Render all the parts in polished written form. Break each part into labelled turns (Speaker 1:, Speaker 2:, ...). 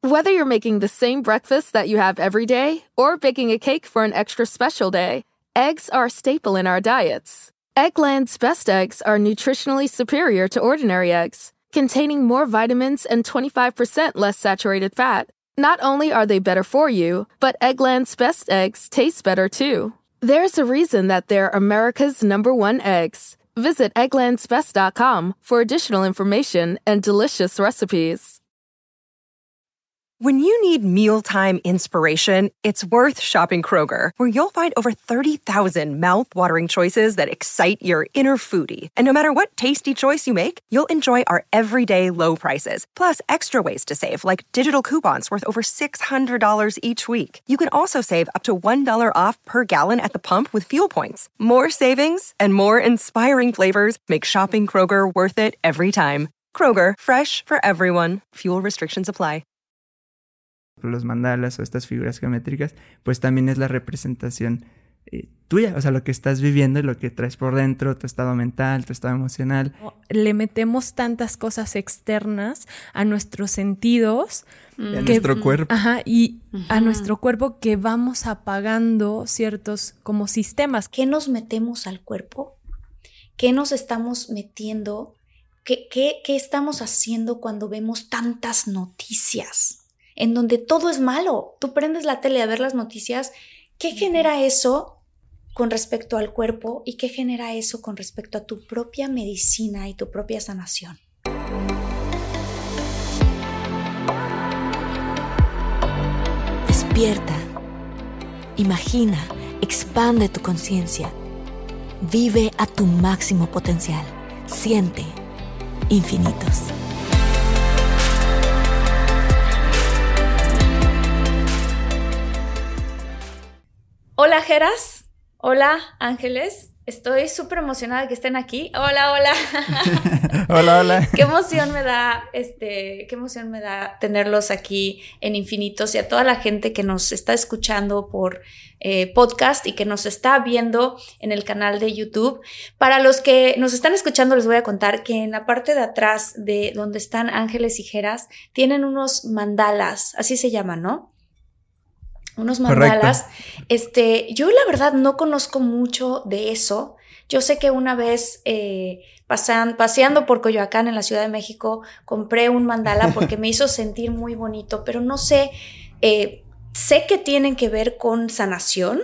Speaker 1: Whether you're making the same breakfast that you have every day or baking a cake for an extra special day, eggs are a staple in our diets. Eggland's best eggs are nutritionally superior to ordinary eggs, containing more vitamins and 25% less saturated fat. Not only are they better for you, but Eggland's best eggs taste better too. There's a reason that they're America's #1 eggs. Visit egglandsbest.com for additional information and delicious recipes.
Speaker 2: When you need mealtime inspiration, it's worth shopping Kroger, where you'll find over 30,000 mouth-watering choices that excite your inner foodie. And no matter what tasty choice you make, you'll enjoy our everyday low prices, plus extra ways to save, like digital coupons worth over $600 each week. You can also save up to $1 off per gallon at the pump with fuel points. More savings and more inspiring flavors make shopping Kroger worth it every time. Kroger, fresh for everyone. Fuel restrictions apply.
Speaker 3: Los mandalas o estas figuras geométricas, pues también es la representación tuya, o sea, lo que estás viviendo y lo que traes por dentro, tu estado mental, tu estado emocional.
Speaker 4: Le metemos tantas cosas externas a nuestros sentidos.
Speaker 3: Y a nuestro cuerpo.
Speaker 4: Ajá, y a nuestro cuerpo, que vamos apagando ciertos como sistemas.
Speaker 5: ¿Qué nos metemos al cuerpo? ¿Qué nos estamos metiendo? ¿Qué estamos haciendo cuando vemos tantas noticias en donde todo es malo? Tú prendes la tele a ver las noticias. ¿Qué genera eso con respecto al cuerpo y qué genera eso con respecto a tu propia medicina y tu propia sanación?
Speaker 6: Despierta, imagina, expande tu conciencia, vive a tu máximo potencial, siente infinitos.
Speaker 5: Hola, Jeras. Hola, Ángeles. Estoy súper emocionada de que estén aquí. Hola, hola.
Speaker 3: Hola, hola.
Speaker 5: Qué emoción me da tenerlos aquí en Infinitos, y a toda la gente que nos está escuchando por podcast y que nos está viendo en el canal de YouTube. Para los que nos están escuchando, les voy a contar que en la parte de atrás de donde están Ángeles y Jeras tienen unos mandalas, así se llaman, ¿no? Unos mandalas.
Speaker 3: Correcto.
Speaker 5: Yo la verdad no conozco mucho de eso. Yo sé que una vez paseando por Coyoacán en la Ciudad de México, compré un mandala porque me hizo sentir muy bonito, pero no sé, sé que tienen que ver con sanación.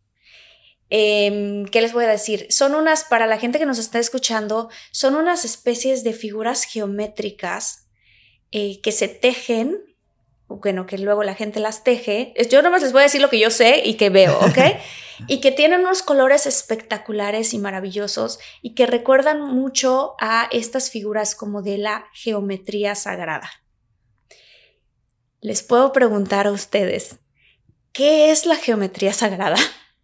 Speaker 5: ¿Qué les voy a decir? Para la gente que nos está escuchando, son unas especies de figuras geométricas que se tejen. Bueno, que luego la gente las teje. Yo nomás les voy a decir lo que yo sé y que veo, ¿ok? Y que tienen unos colores espectaculares y maravillosos y que recuerdan mucho a estas figuras como de la geometría sagrada. Les puedo preguntar a ustedes, ¿qué es la geometría sagrada?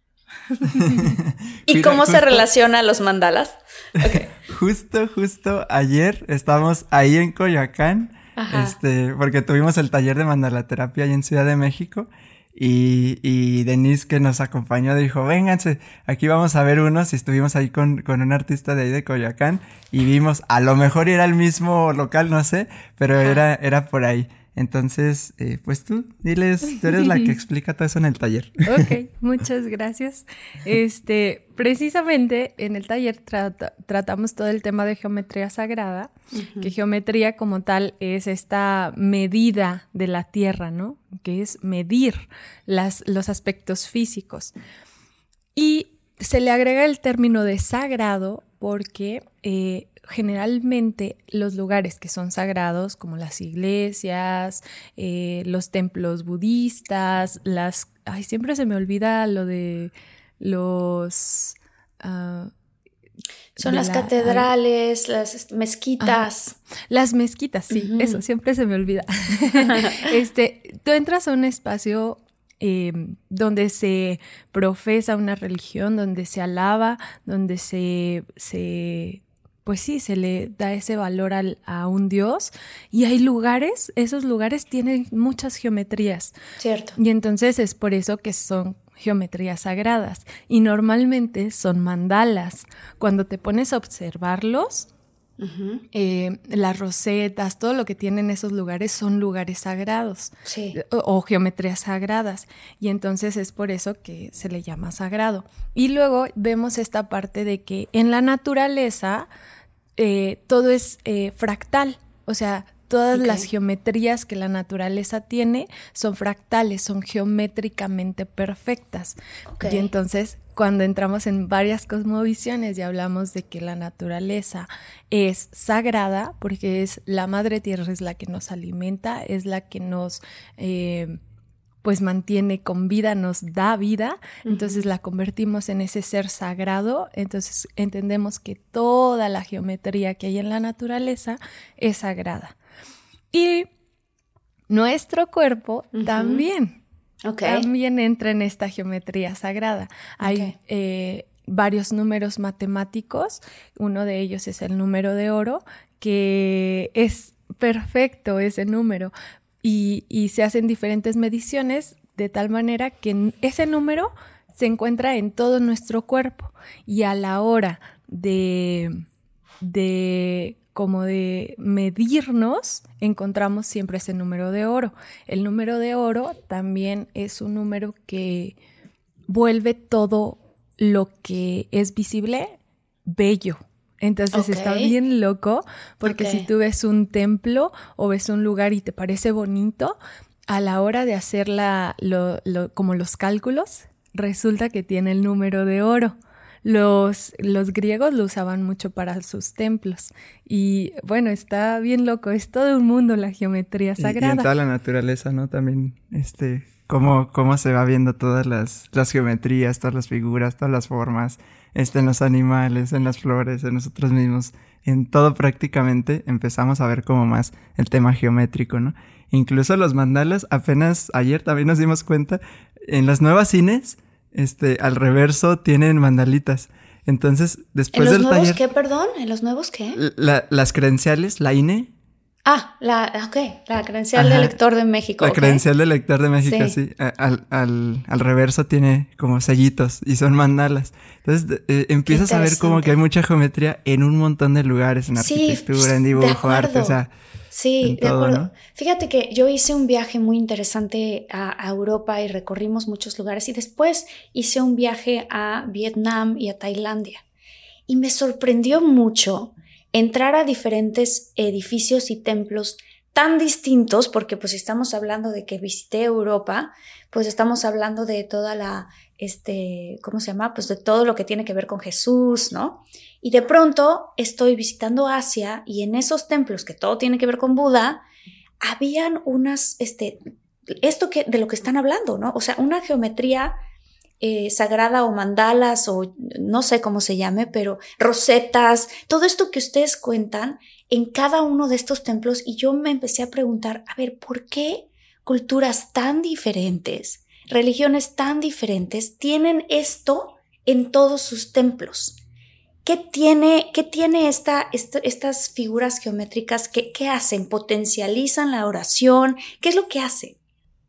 Speaker 5: ¿Y cómo se relaciona a los mandalas? Okay.
Speaker 3: Justo ayer estábamos ahí en Coyoacán. Ajá. Porque tuvimos el taller de mandalaterapia ahí en Ciudad de México y Denise, que nos acompañó, dijo, vénganse, aquí vamos a ver unos, y estuvimos ahí con un artista de ahí de Coyoacán y vimos, a lo mejor era el mismo local, no sé, pero era por ahí. Entonces, pues tú eres la que explica todo eso en el taller.
Speaker 4: Ok, muchas gracias. Precisamente en el taller tratamos todo el tema de geometría sagrada, que geometría como tal es esta medida de la tierra, ¿no? Que es medir los aspectos físicos. Y se le agrega el término de sagrado porque generalmente los lugares que son sagrados, como las iglesias, los templos budistas, siempre se me olvida lo de los...
Speaker 5: son las catedrales, las mezquitas.
Speaker 4: Las mezquitas, sí, eso, siempre se me olvida. Tú entras a un espacio donde se profesa una religión, donde se alaba, donde pues sí, se le da ese valor a un dios, y hay lugares, esos lugares tienen muchas geometrías.
Speaker 5: Cierto.
Speaker 4: Y entonces es por eso que son geometrías sagradas, y normalmente son mandalas. Cuando te pones a observarlos, Las rosetas, todo lo que tienen esos lugares son lugares sagrados,
Speaker 5: sí,
Speaker 4: o geometrías sagradas, y entonces es por eso que se le llama sagrado. Y luego vemos esta parte de que en la naturaleza todo es fractal, o sea, todas las geometrías que la naturaleza tiene son fractales, son geométricamente perfectas. Y entonces, cuando entramos en varias cosmovisiones y hablamos de que la naturaleza es sagrada, porque es la madre tierra, es la que nos alimenta, es la que nos pues mantiene con vida, nos da vida, entonces la convertimos en ese ser sagrado, entonces entendemos que toda la geometría que hay en la naturaleza es sagrada. Y nuestro cuerpo también entra en esta geometría sagrada. Hay varios números matemáticos, uno de ellos es el número de oro, que es perfecto ese número, y se hacen diferentes mediciones de tal manera que ese número se encuentra en todo nuestro cuerpo, y a la hora de medirnos, encontramos siempre ese número de oro. El número de oro también es un número que vuelve todo lo que es visible bello. Entonces está bien loco, porque si tú ves un templo o ves un lugar y te parece bonito, a la hora de hacer como los cálculos, resulta que tiene el número de oro. Los griegos lo usaban mucho para sus templos. Y bueno, está bien loco. Es todo un mundo la geometría sagrada.
Speaker 3: Y en toda la naturaleza, ¿no? También, cómo se va viendo todas las geometrías, todas las figuras, todas las formas, en los animales, en las flores, en nosotros mismos. En todo prácticamente empezamos a ver como más el tema geométrico, ¿no? Incluso los mandalas, apenas ayer también nos dimos cuenta, en las nuevas cines, al reverso tienen mandalitas. Entonces, después del taller...
Speaker 5: ¿En los nuevos qué, perdón? ¿En los nuevos qué?
Speaker 3: Las credenciales, la INE.
Speaker 5: La credencial de lector de México.
Speaker 3: La credencial de lector de México, sí. Al reverso tiene como sellitos y son mandalas. Entonces empiezas a ver como que hay mucha geometría en un montón de lugares, en arquitectura, en dibujo, arte, o sea...
Speaker 5: Sí, de
Speaker 3: todo,
Speaker 5: acuerdo.
Speaker 3: ¿no?
Speaker 5: Fíjate que yo hice un viaje muy interesante a Europa y recorrimos muchos lugares, y después hice un viaje a Vietnam y a Tailandia. Y me sorprendió mucho entrar a diferentes edificios y templos tan distintos, porque pues si estamos hablando de que visité Europa, pues estamos hablando de toda la, ¿cómo se llama? Pues de todo lo que tiene que ver con Jesús, ¿no? Y de pronto estoy visitando Asia, y en esos templos que todo tiene que ver con Buda, habían unas, de lo que están hablando, ¿no? O sea, una geometría sagrada, o mandalas, o no sé cómo se llame, pero rosetas, todo esto que ustedes cuentan en cada uno de estos templos. Y yo me empecé a preguntar, a ver, ¿por qué culturas tan diferentes, religiones tan diferentes, tienen esto en todos sus templos? ¿Qué tiene estas figuras geométricas? ¿Qué hacen? ¿Potencializan la oración? ¿Qué es lo que hacen?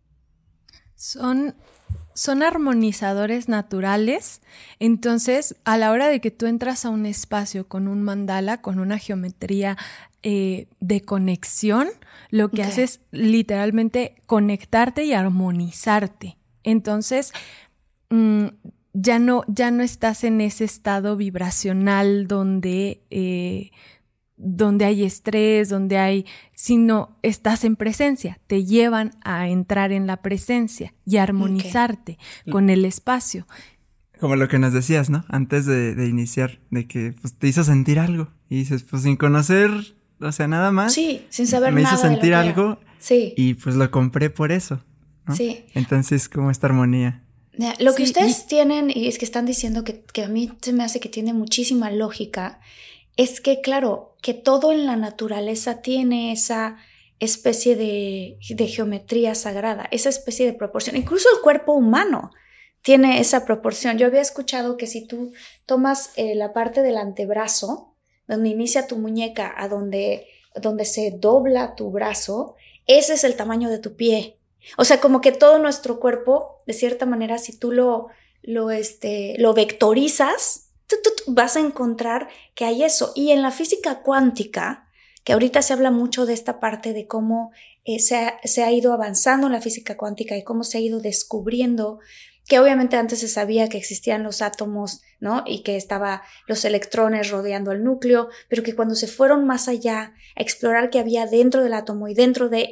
Speaker 4: Son armonizadores naturales. Entonces, a la hora de que tú entras a un espacio con un mandala, con una geometría de conexión, lo que hace es literalmente conectarte y armonizarte. Entonces, ya no estás en ese estado vibracional donde hay estrés, sino estás en presencia, te llevan a entrar en la presencia y armonizarte con el espacio.
Speaker 3: Como lo que nos decías, ¿no? Antes de iniciar, de que pues, te hizo sentir algo, y dices, pues sin conocer, o sea, nada más.
Speaker 5: Sí, sin saber
Speaker 3: me
Speaker 5: nada.
Speaker 3: hizo sentir algo,
Speaker 5: sí.
Speaker 3: Y pues lo compré por eso, ¿no? Sí. Entonces, como esta armonía.
Speaker 5: Lo que ustedes tienen, y es que están diciendo que a mí se me hace que tiene muchísima lógica, es que, claro, que todo en la naturaleza tiene esa especie de geometría sagrada, esa especie de proporción. Incluso el cuerpo humano tiene esa proporción. Yo había escuchado que si tú tomas la parte del antebrazo, donde inicia tu muñeca, a donde se dobla tu brazo, ese es el tamaño de tu pie. O sea, como que todo nuestro cuerpo, de cierta manera, si tú lo vectorizas, vas a encontrar que hay eso. Y en la física cuántica, que ahorita se habla mucho de esta parte de cómo se ha ido avanzando en la física cuántica y cómo se ha ido descubriendo, que obviamente antes se sabía que existían los átomos, ¿no? Y que estaban los electrones rodeando el núcleo, pero que cuando se fueron más allá a explorar qué había dentro del átomo y dentro de,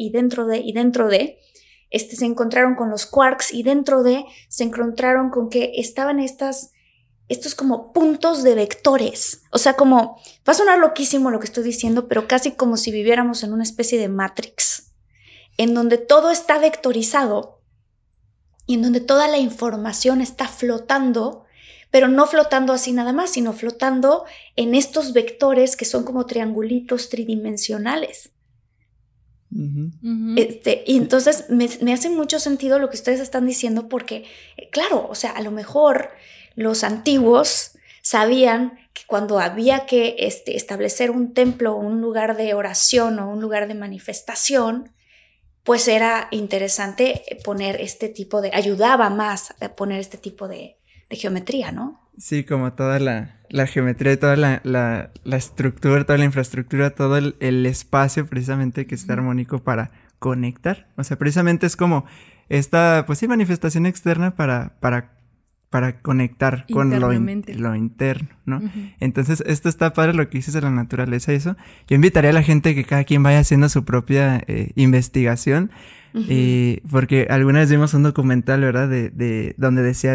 Speaker 5: se encontraron con los quarks y dentro de se encontraron con que estaban estos como puntos de vectores. O sea, como, va a sonar loquísimo lo que estoy diciendo, pero casi como si viviéramos en una especie de Matrix, en donde todo está vectorizado y en donde toda la información está flotando, pero no flotando así nada más, sino flotando en estos vectores que son como triangulitos tridimensionales. Y entonces me hace mucho sentido lo que ustedes están diciendo porque, claro, o sea, a lo mejor los antiguos sabían que cuando había que establecer un templo, un lugar de oración o un lugar de manifestación, pues era interesante poner ayudaba más a poner este tipo de geometría, ¿no?
Speaker 3: Sí, como toda la geometría, toda la estructura, toda la infraestructura, todo el espacio precisamente que está armónico para conectar. O sea, precisamente es como esta, pues sí, manifestación externa para conectar con lo interno, ¿no? Entonces, esto está padre lo que dices de la naturaleza y eso. Yo invitaría a la gente que cada quien vaya haciendo su propia investigación, porque alguna vez vimos un documental, ¿verdad? De donde decía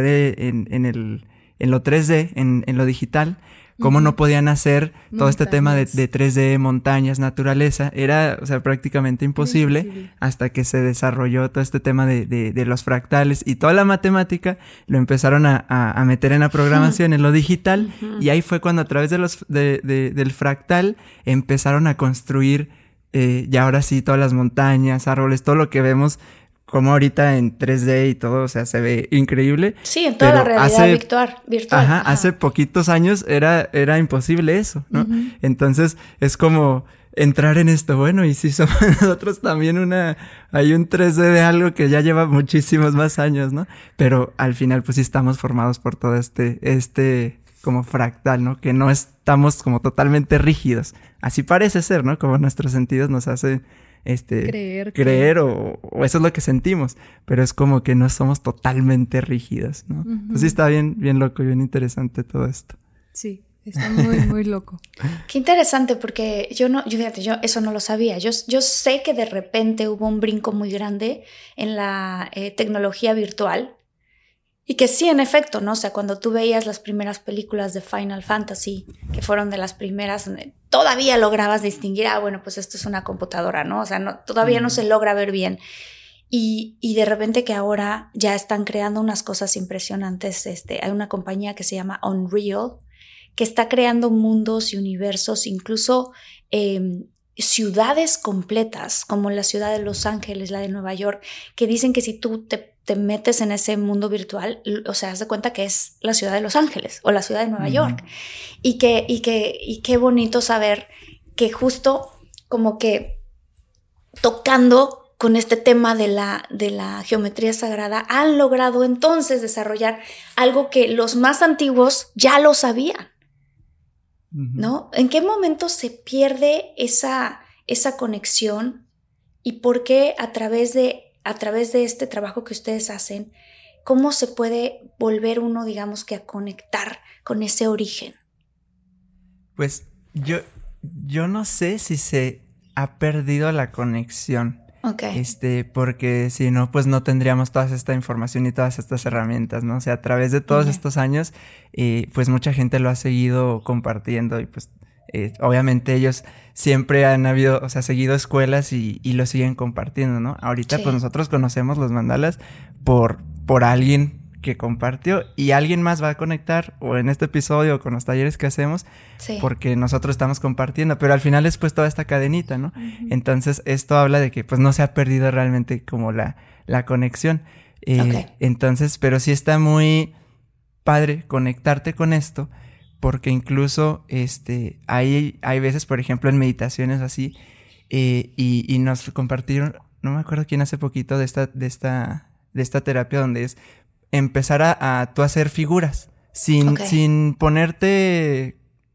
Speaker 3: en lo 3D, en lo digital, cómo no podían hacer todo este tema de 3D, montañas, naturaleza. Era, o sea, prácticamente imposible hasta que se desarrolló todo este tema de los fractales y toda la matemática lo empezaron a meter en la programación, en lo digital, y ahí fue cuando a través del fractal empezaron a construir ya ahora sí todas las montañas, árboles, todo lo que vemos como ahorita en 3D y todo, o sea, se ve increíble.
Speaker 5: Sí, en toda la realidad virtual.
Speaker 3: Ajá, hace poquitos años era imposible eso, ¿no? Entonces, es como entrar en esto, bueno, y si somos nosotros también hay un 3D de algo que ya lleva muchísimos más años, ¿no? Pero al final, pues sí estamos formados por todo este como fractal, ¿no? Que no estamos como totalmente rígidos. Así parece ser, ¿no? Como nuestros sentidos nos hacen creer o eso es lo que sentimos, pero es como que no somos totalmente rígidos, ¿no? Entonces sí está bien loco y bien interesante todo esto.
Speaker 4: Sí, está muy, muy loco.
Speaker 5: Qué interesante, porque yo eso no lo sabía. Yo sé que de repente hubo un brinco muy grande en la tecnología virtual. Y que sí, en efecto, ¿no? O sea, cuando tú veías las primeras películas de Final Fantasy, que fueron de las primeras, donde todavía lograbas distinguir, bueno, pues esto es una computadora, ¿no? O sea, todavía no se logra ver bien. Y de repente que ahora ya están creando unas cosas impresionantes. Hay una compañía que se llama Unreal, que está creando mundos y universos, incluso ciudades completas, como la ciudad de Los Ángeles, la de Nueva York, que dicen que si tú te metes en ese mundo virtual, o sea, haz de cuenta que es la ciudad de Los Ángeles o la ciudad de Nueva York. Y qué bonito saber que justo como que tocando con este tema de la geometría sagrada han logrado entonces desarrollar algo que los más antiguos ya lo sabían, ¿no? ¿En qué momento se pierde esa conexión y por qué a través de este trabajo que ustedes hacen, cómo se puede volver uno, digamos, que a conectar con ese origen?
Speaker 3: Pues yo no sé si se ha perdido la conexión.
Speaker 5: Okay.
Speaker 3: Porque si no, pues no tendríamos toda esta información y todas estas herramientas, ¿no? O sea, a través de todos estos años, pues mucha gente lo ha seguido compartiendo y pues obviamente ellos siempre han seguido escuelas y lo siguen compartiendo, ¿no? Ahorita pues nosotros conocemos los mandalas por alguien que compartió y alguien más va a conectar o en este episodio o con los talleres que hacemos porque nosotros estamos compartiendo, pero al final es pues toda esta cadenita, ¿no? Entonces esto habla de que pues no se ha perdido realmente como la conexión. Entonces, pero sí está muy padre conectarte con esto porque incluso hay veces, por ejemplo, en meditaciones así y nos compartieron, no me acuerdo quién hace poquito de esta terapia donde es empezar a tú hacer figuras sin ponerte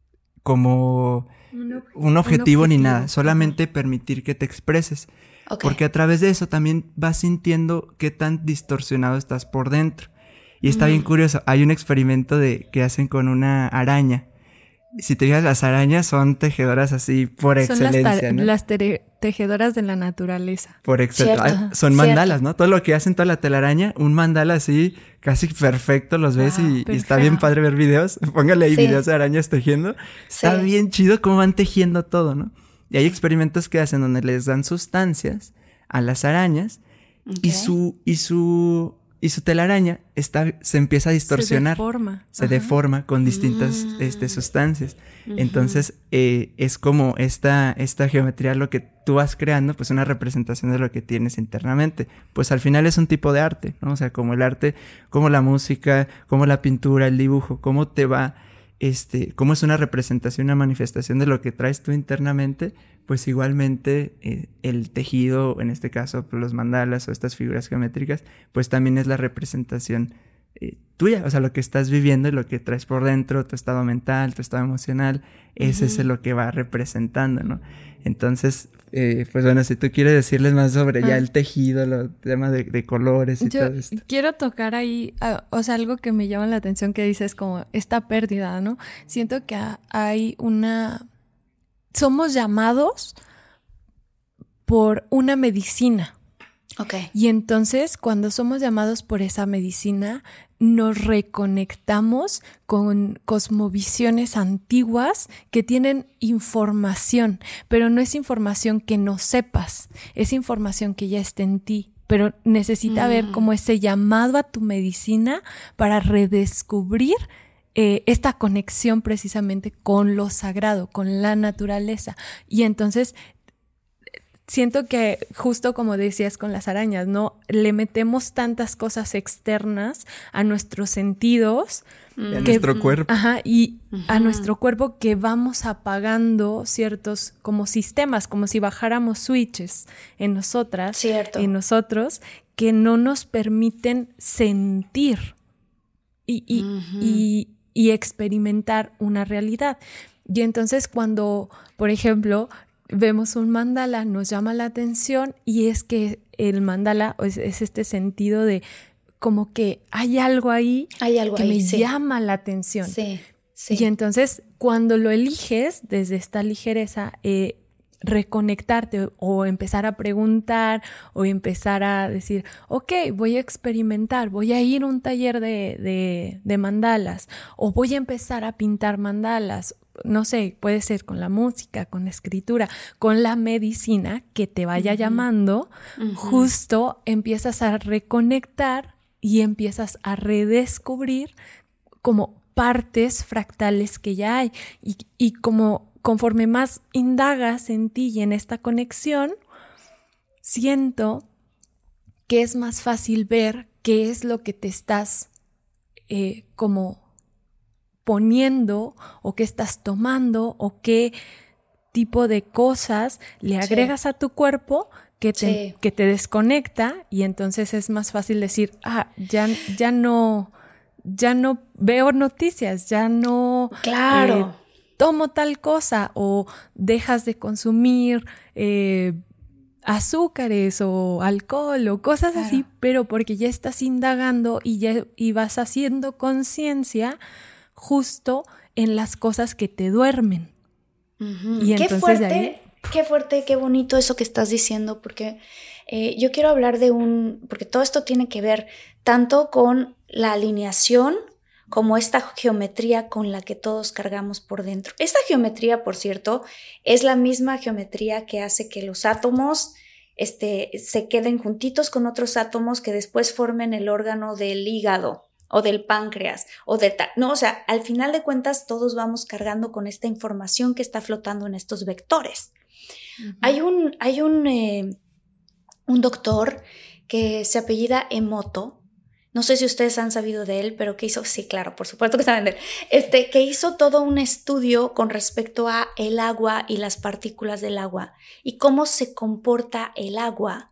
Speaker 3: como un objetivo ni nada, solamente permitir que te expreses. Porque a través de eso también vas sintiendo qué tan distorsionado estás por dentro. Y está bien curioso, hay un experimento que hacen con una araña. Si te fijas, las arañas son tejedoras así por excelencia, ¿no?
Speaker 4: Las tejedoras de la naturaleza.
Speaker 3: Por excelencia. Son mandalas, ¿no? Todo lo que hacen toda la telaraña, un mandala así casi perfecto, los ves y está bien padre ver videos. Póngale ahí videos de arañas tejiendo. Está bien chido cómo van tejiendo todo, ¿no? Y hay experimentos que hacen donde les dan sustancias a las arañas y su telaraña se empieza a distorsionar. Se deforma con distintas sustancias. Entonces, es como esta geometría, lo que tú vas creando, pues una representación de lo que tienes internamente. Pues al final es un tipo de arte, ¿no? O sea, como el arte, como la música, como la pintura, el dibujo, cómo te va, cómo es una representación, una manifestación de lo que traes tú internamente, pues igualmente el tejido, en este caso pues los mandalas o estas figuras geométricas, pues también es la representación tuya, o sea, lo que estás viviendo y lo que traes por dentro, tu estado mental, tu estado emocional, es lo que va representando, ¿no? Entonces, pues bueno, si tú quieres decirles más sobre ya el tejido, los temas de colores y todo esto.
Speaker 4: Quiero tocar ahí, o sea, algo que me llama la atención que dices como esta pérdida, ¿no? Siento que hay somos llamados por una medicina. Y entonces, cuando somos llamados por esa medicina, nos reconectamos con cosmovisiones antiguas que tienen información, pero no es información que no sepas, es información que ya está en ti, pero necesita ver como ese llamado a tu medicina para redescubrir esta conexión precisamente con lo sagrado, con la naturaleza. Y entonces siento que justo como decías con las arañas, ¿no? Le metemos tantas cosas externas a nuestros sentidos.
Speaker 3: Y a nuestro cuerpo.
Speaker 4: Y a nuestro cuerpo, que vamos apagando ciertos como sistemas, como si bajáramos switches en nosotras, en nosotros, que no nos permiten sentir y experimentar una realidad. Y entonces cuando, por ejemplo, vemos un mandala, nos llama la atención, y es que el mandala es este sentido de como que hay algo ahí que me llama la atención. Y entonces cuando lo eliges desde esta ligereza, reconectarte o empezar a preguntar o empezar a decir, ok, voy a experimentar, voy a ir a un taller de mandalas, o voy a empezar a pintar mandalas. No sé, puede ser con la música, con la escritura, con la medicina que te vaya llamando, justo empiezas a reconectar y empiezas a redescubrir como partes fractales que ya hay. Y como conforme más indagas en ti y en esta conexión, siento que es más fácil ver qué es lo que te estás como poniendo, o qué estás tomando, o qué tipo de cosas le agregas a tu cuerpo que te desconecta, y entonces es más fácil decir, ya no veo noticias, ya no tomo tal cosa, o dejas de consumir azúcares o alcohol o cosas así, pero porque ya estás indagando y vas haciendo conciencia justo en las cosas que te duermen. Y entonces
Speaker 5: qué fuerte, qué bonito eso que estás diciendo, porque yo quiero hablar porque todo esto tiene que ver tanto con la alineación como esta geometría con la que todos cargamos por dentro. Esta geometría, por cierto, es la misma geometría que hace que los átomos se queden juntitos con otros átomos que después formen el órgano del hígado o del páncreas, no, o sea, al final de cuentas todos vamos cargando con esta información que está flotando en estos vectores. Hay un doctor que se apellida Emoto, no sé si ustedes han sabido de él, pero que hizo, sí, claro, por supuesto que saben de él, que hizo todo un estudio con respecto a el agua y las partículas del agua y cómo se comporta el agua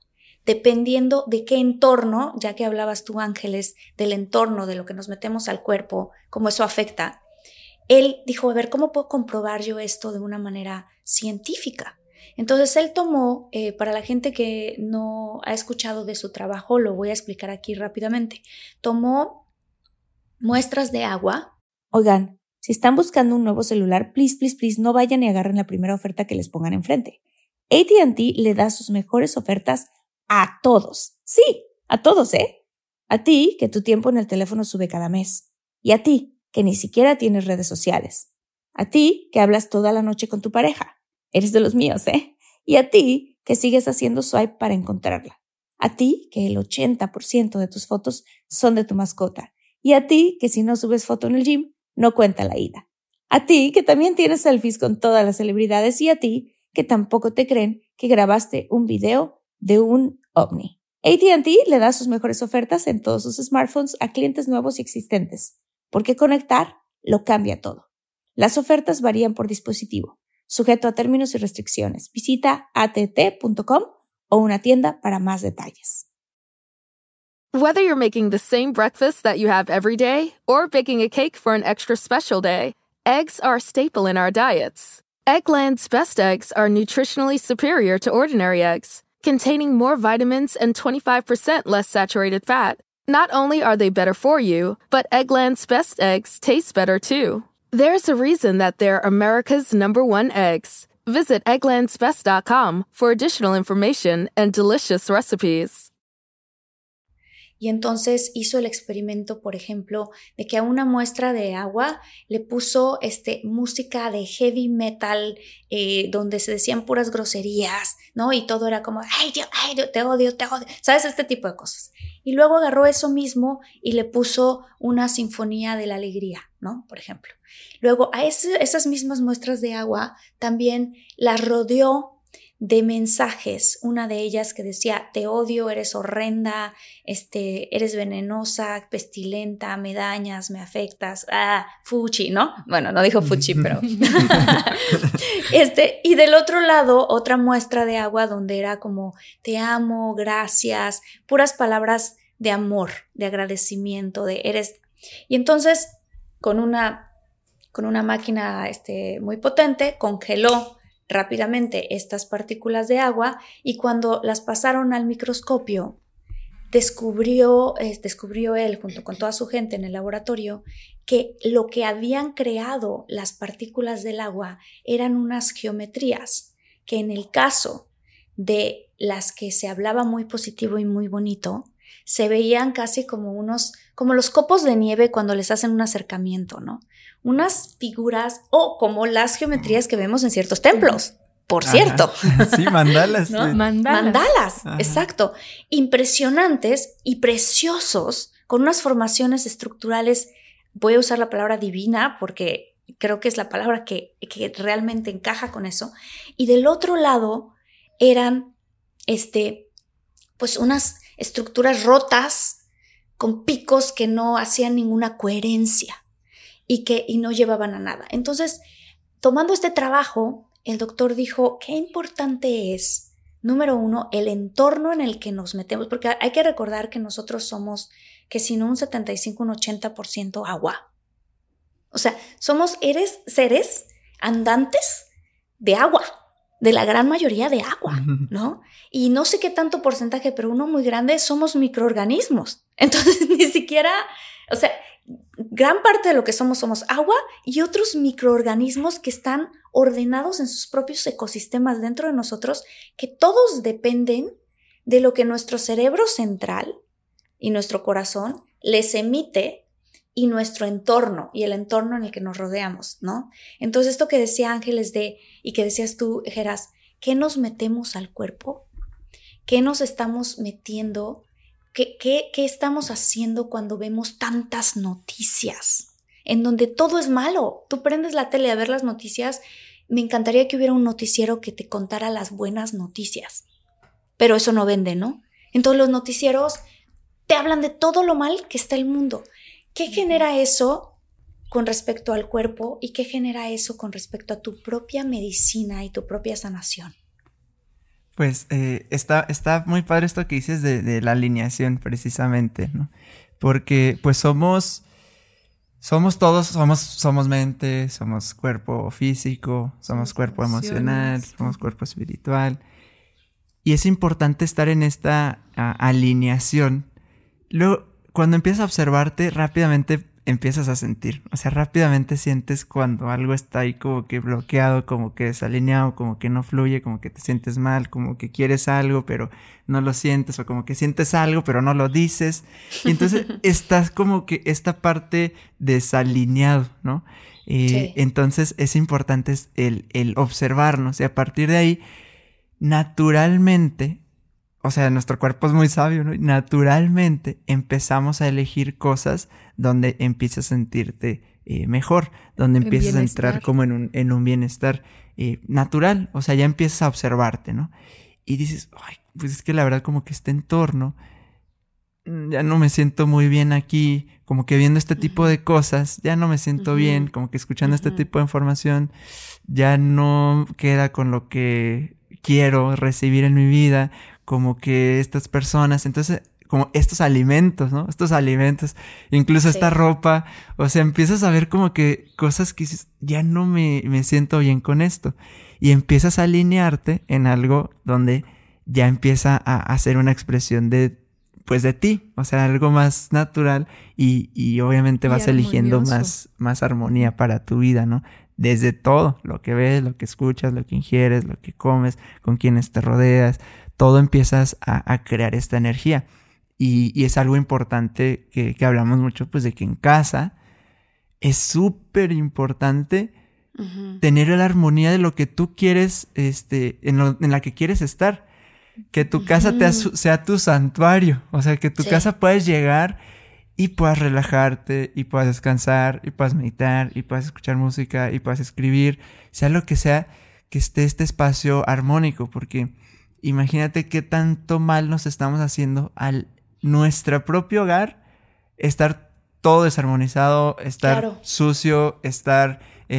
Speaker 5: dependiendo de qué entorno, ya que hablabas tú, Ángeles, del entorno, de lo que nos metemos al cuerpo, cómo eso afecta. Él dijo, a ver, ¿cómo puedo comprobar yo esto de una manera científica? Entonces él tomó, para la gente que no ha escuchado de su trabajo, lo voy a explicar aquí rápidamente, tomó muestras de agua.
Speaker 7: Oigan, si están buscando un nuevo celular, please, please, please, no vayan y agarren la primera oferta que les pongan enfrente. AT&T le da sus mejores ofertas a todos. Sí, a todos, ¿eh? A ti, que tu tiempo en el teléfono sube cada mes. Y a ti, que ni siquiera tienes redes sociales. A ti, que hablas toda la noche con tu pareja. Eres de los míos, ¿eh? Y a ti, que sigues haciendo swipe para encontrarla. A ti, que el 80% de tus fotos son de tu mascota. Y a ti, que si no subes foto en el gym, no cuenta la ida. A ti, que también tienes selfies con todas las celebridades. Y a ti, que tampoco te creen que grabaste un video de un ovni. AT&T le da sus mejores ofertas en todos sus smartphones a clientes nuevos y existentes, porque conectar lo cambia todo. Las ofertas varían por dispositivo, sujeto a términos y restricciones. Visita att.com o una tienda para más detalles.
Speaker 1: Whether you're making the same breakfast that you have every day or baking a cake for an extra special day, eggs are a staple in our diets. Eggland's best eggs are nutritionally superior to ordinary eggs, containing more vitamins and 25% less saturated fat. Not only are they better for you, but Eggland's best eggs taste better too. There's a reason that they're America's #1 eggs. Visit egglandsbest.com for additional information and delicious recipes.
Speaker 5: Y entonces hizo el experimento, por ejemplo, de que a una muestra de agua le puso música de heavy metal, donde se decían puras groserías, ¿no? Y todo era como, ay, yo te odio, ¿sabes? Este tipo de cosas. Y luego agarró eso mismo y le puso una sinfonía de la alegría, ¿no? Por ejemplo. Luego a esas mismas muestras de agua también las rodeó de mensajes, una de ellas que decía, te odio, eres horrenda, eres venenosa, pestilenta, me dañas, me afectas, fuchi, ¿no? Bueno, no dijo fuchi, pero... y del otro lado, otra muestra de agua donde era como, te amo, gracias, puras palabras de amor, de agradecimiento, de eres... Y entonces, con una máquina muy potente, congeló rápidamente estas partículas de agua y cuando las pasaron al microscopio, descubrió él junto con toda su gente en el laboratorio que lo que habían creado las partículas del agua eran unas geometrías que en el caso de las que se hablaba muy positivo y muy bonito, se veían casi como los copos de nieve cuando les hacen un acercamiento, ¿no? Unas figuras o como las geometrías que vemos en ciertos templos, por cierto.
Speaker 3: Sí, mandalas.
Speaker 5: ¿No?
Speaker 3: Sí.
Speaker 5: Mandalas,
Speaker 3: Ajá.
Speaker 5: exacto. Impresionantes y preciosos, con unas formaciones estructurales, voy a usar la palabra divina porque creo que es la palabra que realmente encaja con eso. Y del otro lado eran, pues unas estructuras rotas con picos que no hacían ninguna coherencia y no llevaban a nada. Entonces, tomando este trabajo, el doctor dijo, qué importante es, número uno, el entorno en el que nos metemos, porque hay que recordar que nosotros somos, que si no un 75, un 80% agua. O sea, somos seres andantes de agua, de la gran mayoría de agua, ¿no? Y no sé qué tanto porcentaje, pero uno muy grande somos microorganismos. Entonces, ni siquiera, o sea, gran parte de lo que somos agua y otros microorganismos que están ordenados en sus propios ecosistemas dentro de nosotros, que todos dependen de lo que nuestro cerebro central y nuestro corazón les emite y nuestro entorno y el entorno en el que nos rodeamos, ¿no? Entonces esto que decía Ángeles y que decías tú, Geras, ¿qué nos metemos al cuerpo? ¿Qué nos estamos metiendo? ¿Qué estamos haciendo cuando vemos tantas noticias en donde todo es malo? Tú prendes la tele a ver las noticias. Me encantaría que hubiera un noticiero que te contara las buenas noticias, pero eso no vende, ¿no? Entonces los noticieros te hablan de todo lo mal que está el mundo. ¿Qué genera eso con respecto al cuerpo y qué genera eso con respecto a tu propia medicina y tu propia sanación?
Speaker 3: Pues está muy padre esto que dices de la alineación, precisamente, ¿no? Porque pues somos todos, somos mente, somos cuerpo físico, somos cuerpo emocional, somos cuerpo espiritual. Y es importante estar en esta alineación. Luego, cuando empiezas a observarte, rápidamente empiezas a sentir. O sea, rápidamente sientes cuando algo está ahí como que bloqueado, como que desalineado, como que no fluye, como que te sientes mal, como que quieres algo pero no lo sientes, o como que sientes algo pero no lo dices. Y entonces estás como que esta parte desalineado, ¿no? Sí. Entonces es importante el observarnos, y a partir de ahí, naturalmente, o sea, nuestro cuerpo es muy sabio, ¿no? Naturalmente empezamos a elegir cosas donde empiezas a sentirte mejor, donde empiezas a entrar como en un bienestar natural. O sea, ya empiezas a observarte, ¿no? Y dices, ay, pues es que la verdad como que este entorno, ya no me siento muy bien aquí, como que viendo este tipo de cosas, ya no me siento bien, como que escuchando este tipo de información, ya no queda con lo que quiero recibir en mi vida, como que estas personas, entonces como estos alimentos, ¿no? Estos alimentos, incluso esta ropa, o sea, empiezas a ver como que cosas que dices, ya no me siento bien con esto, y empiezas a alinearte en algo donde ya empieza a hacer una expresión de ti, o sea, algo más natural, y obviamente vas eligiendo más armonía para tu vida, ¿no? Desde todo, lo que ves, lo que escuchas, lo que ingieres, lo que comes, con quienes te rodeas, todo empiezas a crear esta energía. Y es algo importante que hablamos mucho, pues, de que en casa es súper importante tener la armonía de lo que tú quieres, en la que quieres estar. Que tu casa sea tu santuario, o sea, que tu casa puedas llegar y puedas relajarte, y puedas descansar, y puedas meditar, y puedas escuchar música, y puedas escribir, sea lo que sea, que esté este espacio armónico, porque imagínate qué tanto mal nos estamos haciendo al nuestro propio hogar, estar todo desarmonizado, estar sucio, estar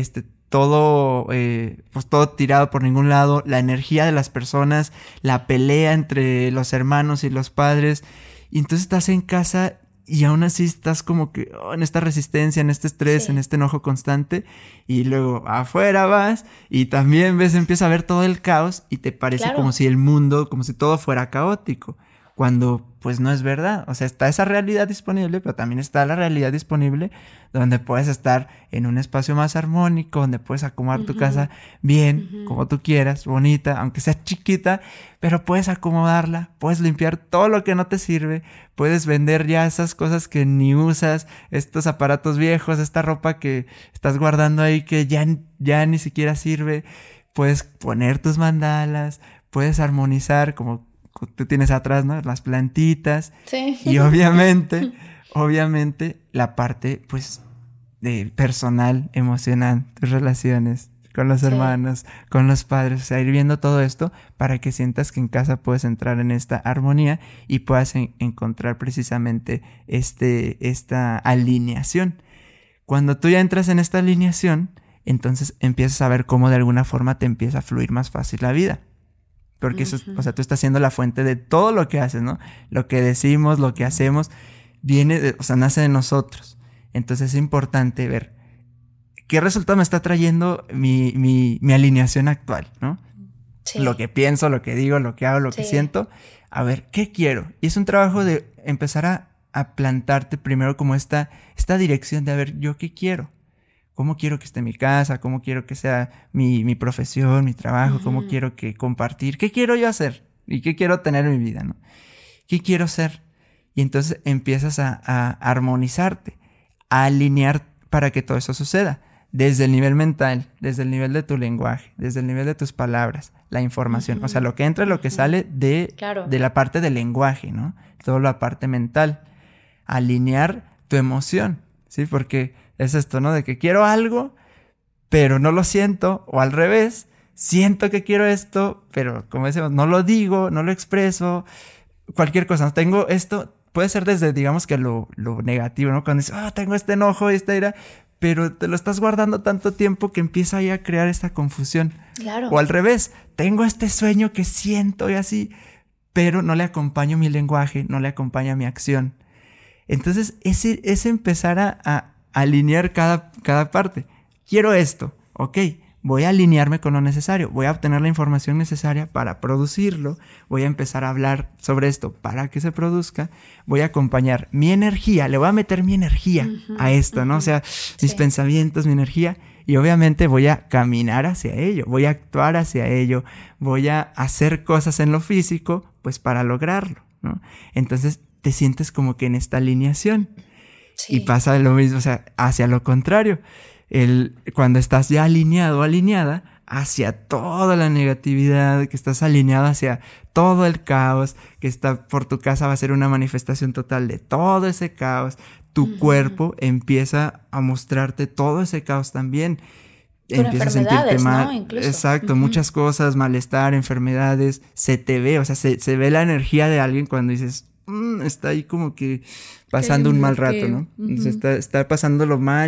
Speaker 3: todo todo tirado por ningún lado, la energía de las personas, la pelea entre los hermanos y los padres, y entonces estás en casa y aún así estás como que en esta resistencia, en este estrés, en este enojo constante, y luego afuera vas y también empieza a ver todo el caos y te parece como si el mundo, como si todo fuera caótico, cuando pues no es verdad. O sea, está esa realidad disponible, pero también está la realidad disponible donde puedes estar en un espacio más armónico, donde puedes acomodar tu casa bien, como tú quieras, bonita, aunque sea chiquita, pero puedes acomodarla, puedes limpiar todo lo que no te sirve, puedes vender ya esas cosas que ni usas, estos aparatos viejos, esta ropa que estás guardando ahí que ya ni siquiera sirve, puedes poner tus mandalas, puedes armonizar como tú tienes atrás, ¿no? Las plantitas. Sí. Y obviamente la parte, pues, de personal, emocional, tus relaciones con los hermanos, con los padres, o sea, ir viendo todo esto para que sientas que en casa puedes entrar en esta armonía y puedas encontrar precisamente esta alineación. Cuando tú ya entras en esta alineación, entonces empiezas a ver cómo de alguna forma te empieza a fluir más fácil la vida. Porque eso, o sea, tú estás siendo la fuente de todo lo que haces, ¿no? Lo que decimos, lo que hacemos, nace de nosotros. Entonces es importante ver qué resultado me está trayendo mi alineación actual, ¿no? Sí. Lo que pienso, lo que digo, lo que hago, lo que siento. A ver, ¿qué quiero? Y es un trabajo de empezar a plantarte primero como esta dirección de, a ver, ¿yo qué quiero? ¿Cómo quiero que esté mi casa? ¿Cómo quiero que sea mi profesión, mi trabajo? ¿Cómo quiero que compartir? ¿Qué quiero yo hacer? ¿Y qué quiero tener en mi vida, no? ¿Qué quiero ser? Y entonces empiezas a armonizarte, a alinear para que todo eso suceda. Desde el nivel mental, desde el nivel de tu lenguaje, desde el nivel de tus palabras, la información. O sea, lo que entra y lo que sale de la parte del lenguaje, ¿no? Toda la parte mental. Alinear tu emoción, ¿sí? Porque es esto, ¿no? De que quiero algo, pero no lo siento, o al revés, siento que quiero esto, pero como decimos, no lo digo, no lo expreso, cualquier cosa. Tengo esto, puede ser desde, digamos que lo negativo, ¿no? Cuando dices, tengo este enojo y esta ira, pero te lo estás guardando tanto tiempo que empieza ahí a crear esta confusión.
Speaker 5: Claro.
Speaker 3: O al revés, tengo este sueño que siento y así, pero no le acompaño mi lenguaje, no le acompaña mi acción. Entonces, es empezar a alinear cada parte. Quiero esto, ok, voy a alinearme con lo necesario, voy a obtener la información necesaria para producirlo, voy a empezar a hablar sobre esto para que se produzca, voy a acompañar mi energía, le voy a meter mi energía a esto, ¿no? O sea, mis pensamientos, mi energía, y obviamente voy a caminar hacia ello, voy a actuar hacia ello, voy a hacer cosas en lo físico, pues para lograrlo, ¿no? Entonces te sientes como que en esta alineación. Sí. Y pasa lo mismo, o sea, hacia lo contrario. Cuando estás ya alineado o alineada hacia toda la negatividad, que estás alineado hacia todo el caos, que está por tu casa va a ser una manifestación total de todo ese caos, tu cuerpo empieza a mostrarte todo ese caos también.
Speaker 5: Con empieza a sentirte mal, ¿no? Incluso.
Speaker 3: Exacto, muchas cosas, malestar, enfermedades, se te ve, o sea, se ve la energía de alguien cuando dices, está ahí como que pasando un mal rato, ¿no? Entonces está pasándolo mal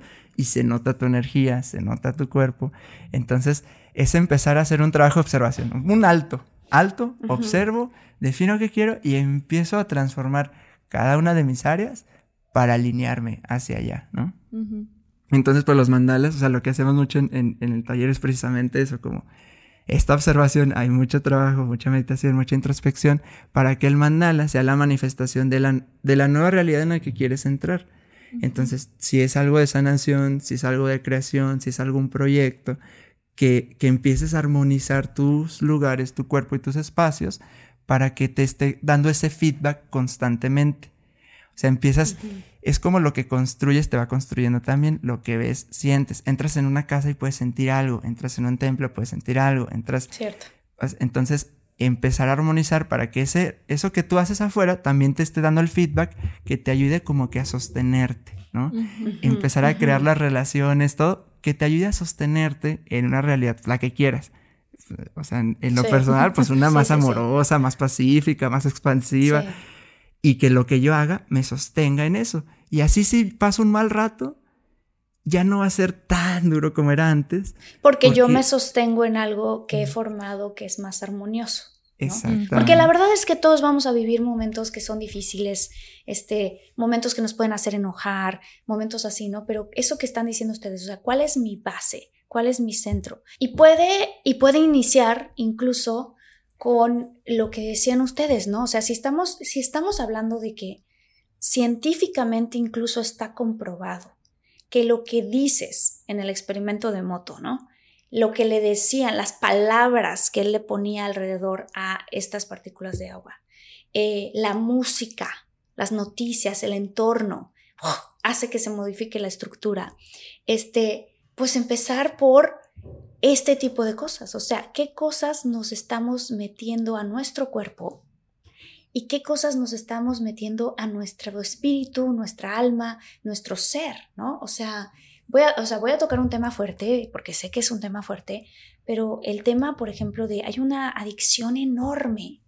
Speaker 3: y se nota tu energía, se nota tu cuerpo. Entonces es empezar a hacer un trabajo de observación, ¿no? Un alto, observo, defino qué quiero y empiezo a transformar cada una de mis áreas para alinearme hacia allá, ¿no? Entonces, pues los mandalas, o sea, lo que hacemos mucho en el taller es precisamente eso, como esta observación, hay mucho trabajo, mucha meditación, mucha introspección para que el mandala sea la manifestación de la nueva realidad en la que quieres entrar. Entonces, si es algo de sanación, si es algo de creación, si es algún proyecto, que empieces a armonizar tus lugares, tu cuerpo y tus espacios para que te esté dando ese feedback constantemente. O sea, empiezas, es como lo que construyes te va construyendo también, lo que ves, sientes. Entras en una casa y puedes sentir algo, entras en un templo, puedes sentir algo,
Speaker 5: Cierto.
Speaker 3: Entonces, empezar a armonizar para que eso que tú haces afuera también te esté dando el feedback que te ayude como que a sostenerte, ¿no? Empezar a crear las relaciones, todo, que te ayude a sostenerte en una realidad, la que quieras. O sea, en lo personal, pues una más amorosa, más pacífica, más expansiva. Sí. Y que lo que yo haga me sostenga en eso. Y así si paso un mal rato, ya no va a ser tan duro como era antes.
Speaker 5: Porque yo me sostengo en algo que he formado que es más armonioso, ¿no?
Speaker 3: Exactamente.
Speaker 5: Porque la verdad es que todos vamos a vivir momentos que son difíciles, momentos que nos pueden hacer enojar, momentos así, ¿no? Pero eso que están diciendo ustedes, o sea, ¿cuál es mi base? ¿Cuál es mi centro? Y puede iniciar incluso con lo que decían ustedes, ¿no? O sea, si estamos hablando de que científicamente incluso está comprobado que lo que dices en el experimento de Emoto, ¿no? Lo que le decían, las palabras que él le ponía alrededor a estas partículas de agua, la música, las noticias, el entorno, hace que se modifique la estructura. Pues empezar por este tipo de cosas, o sea, qué cosas nos estamos metiendo a nuestro cuerpo y qué cosas nos estamos metiendo a nuestro espíritu, nuestra alma, nuestro ser, ¿no? O sea, voy a tocar un tema fuerte, porque sé que es un tema fuerte, pero el tema, por ejemplo, hay una adicción enorme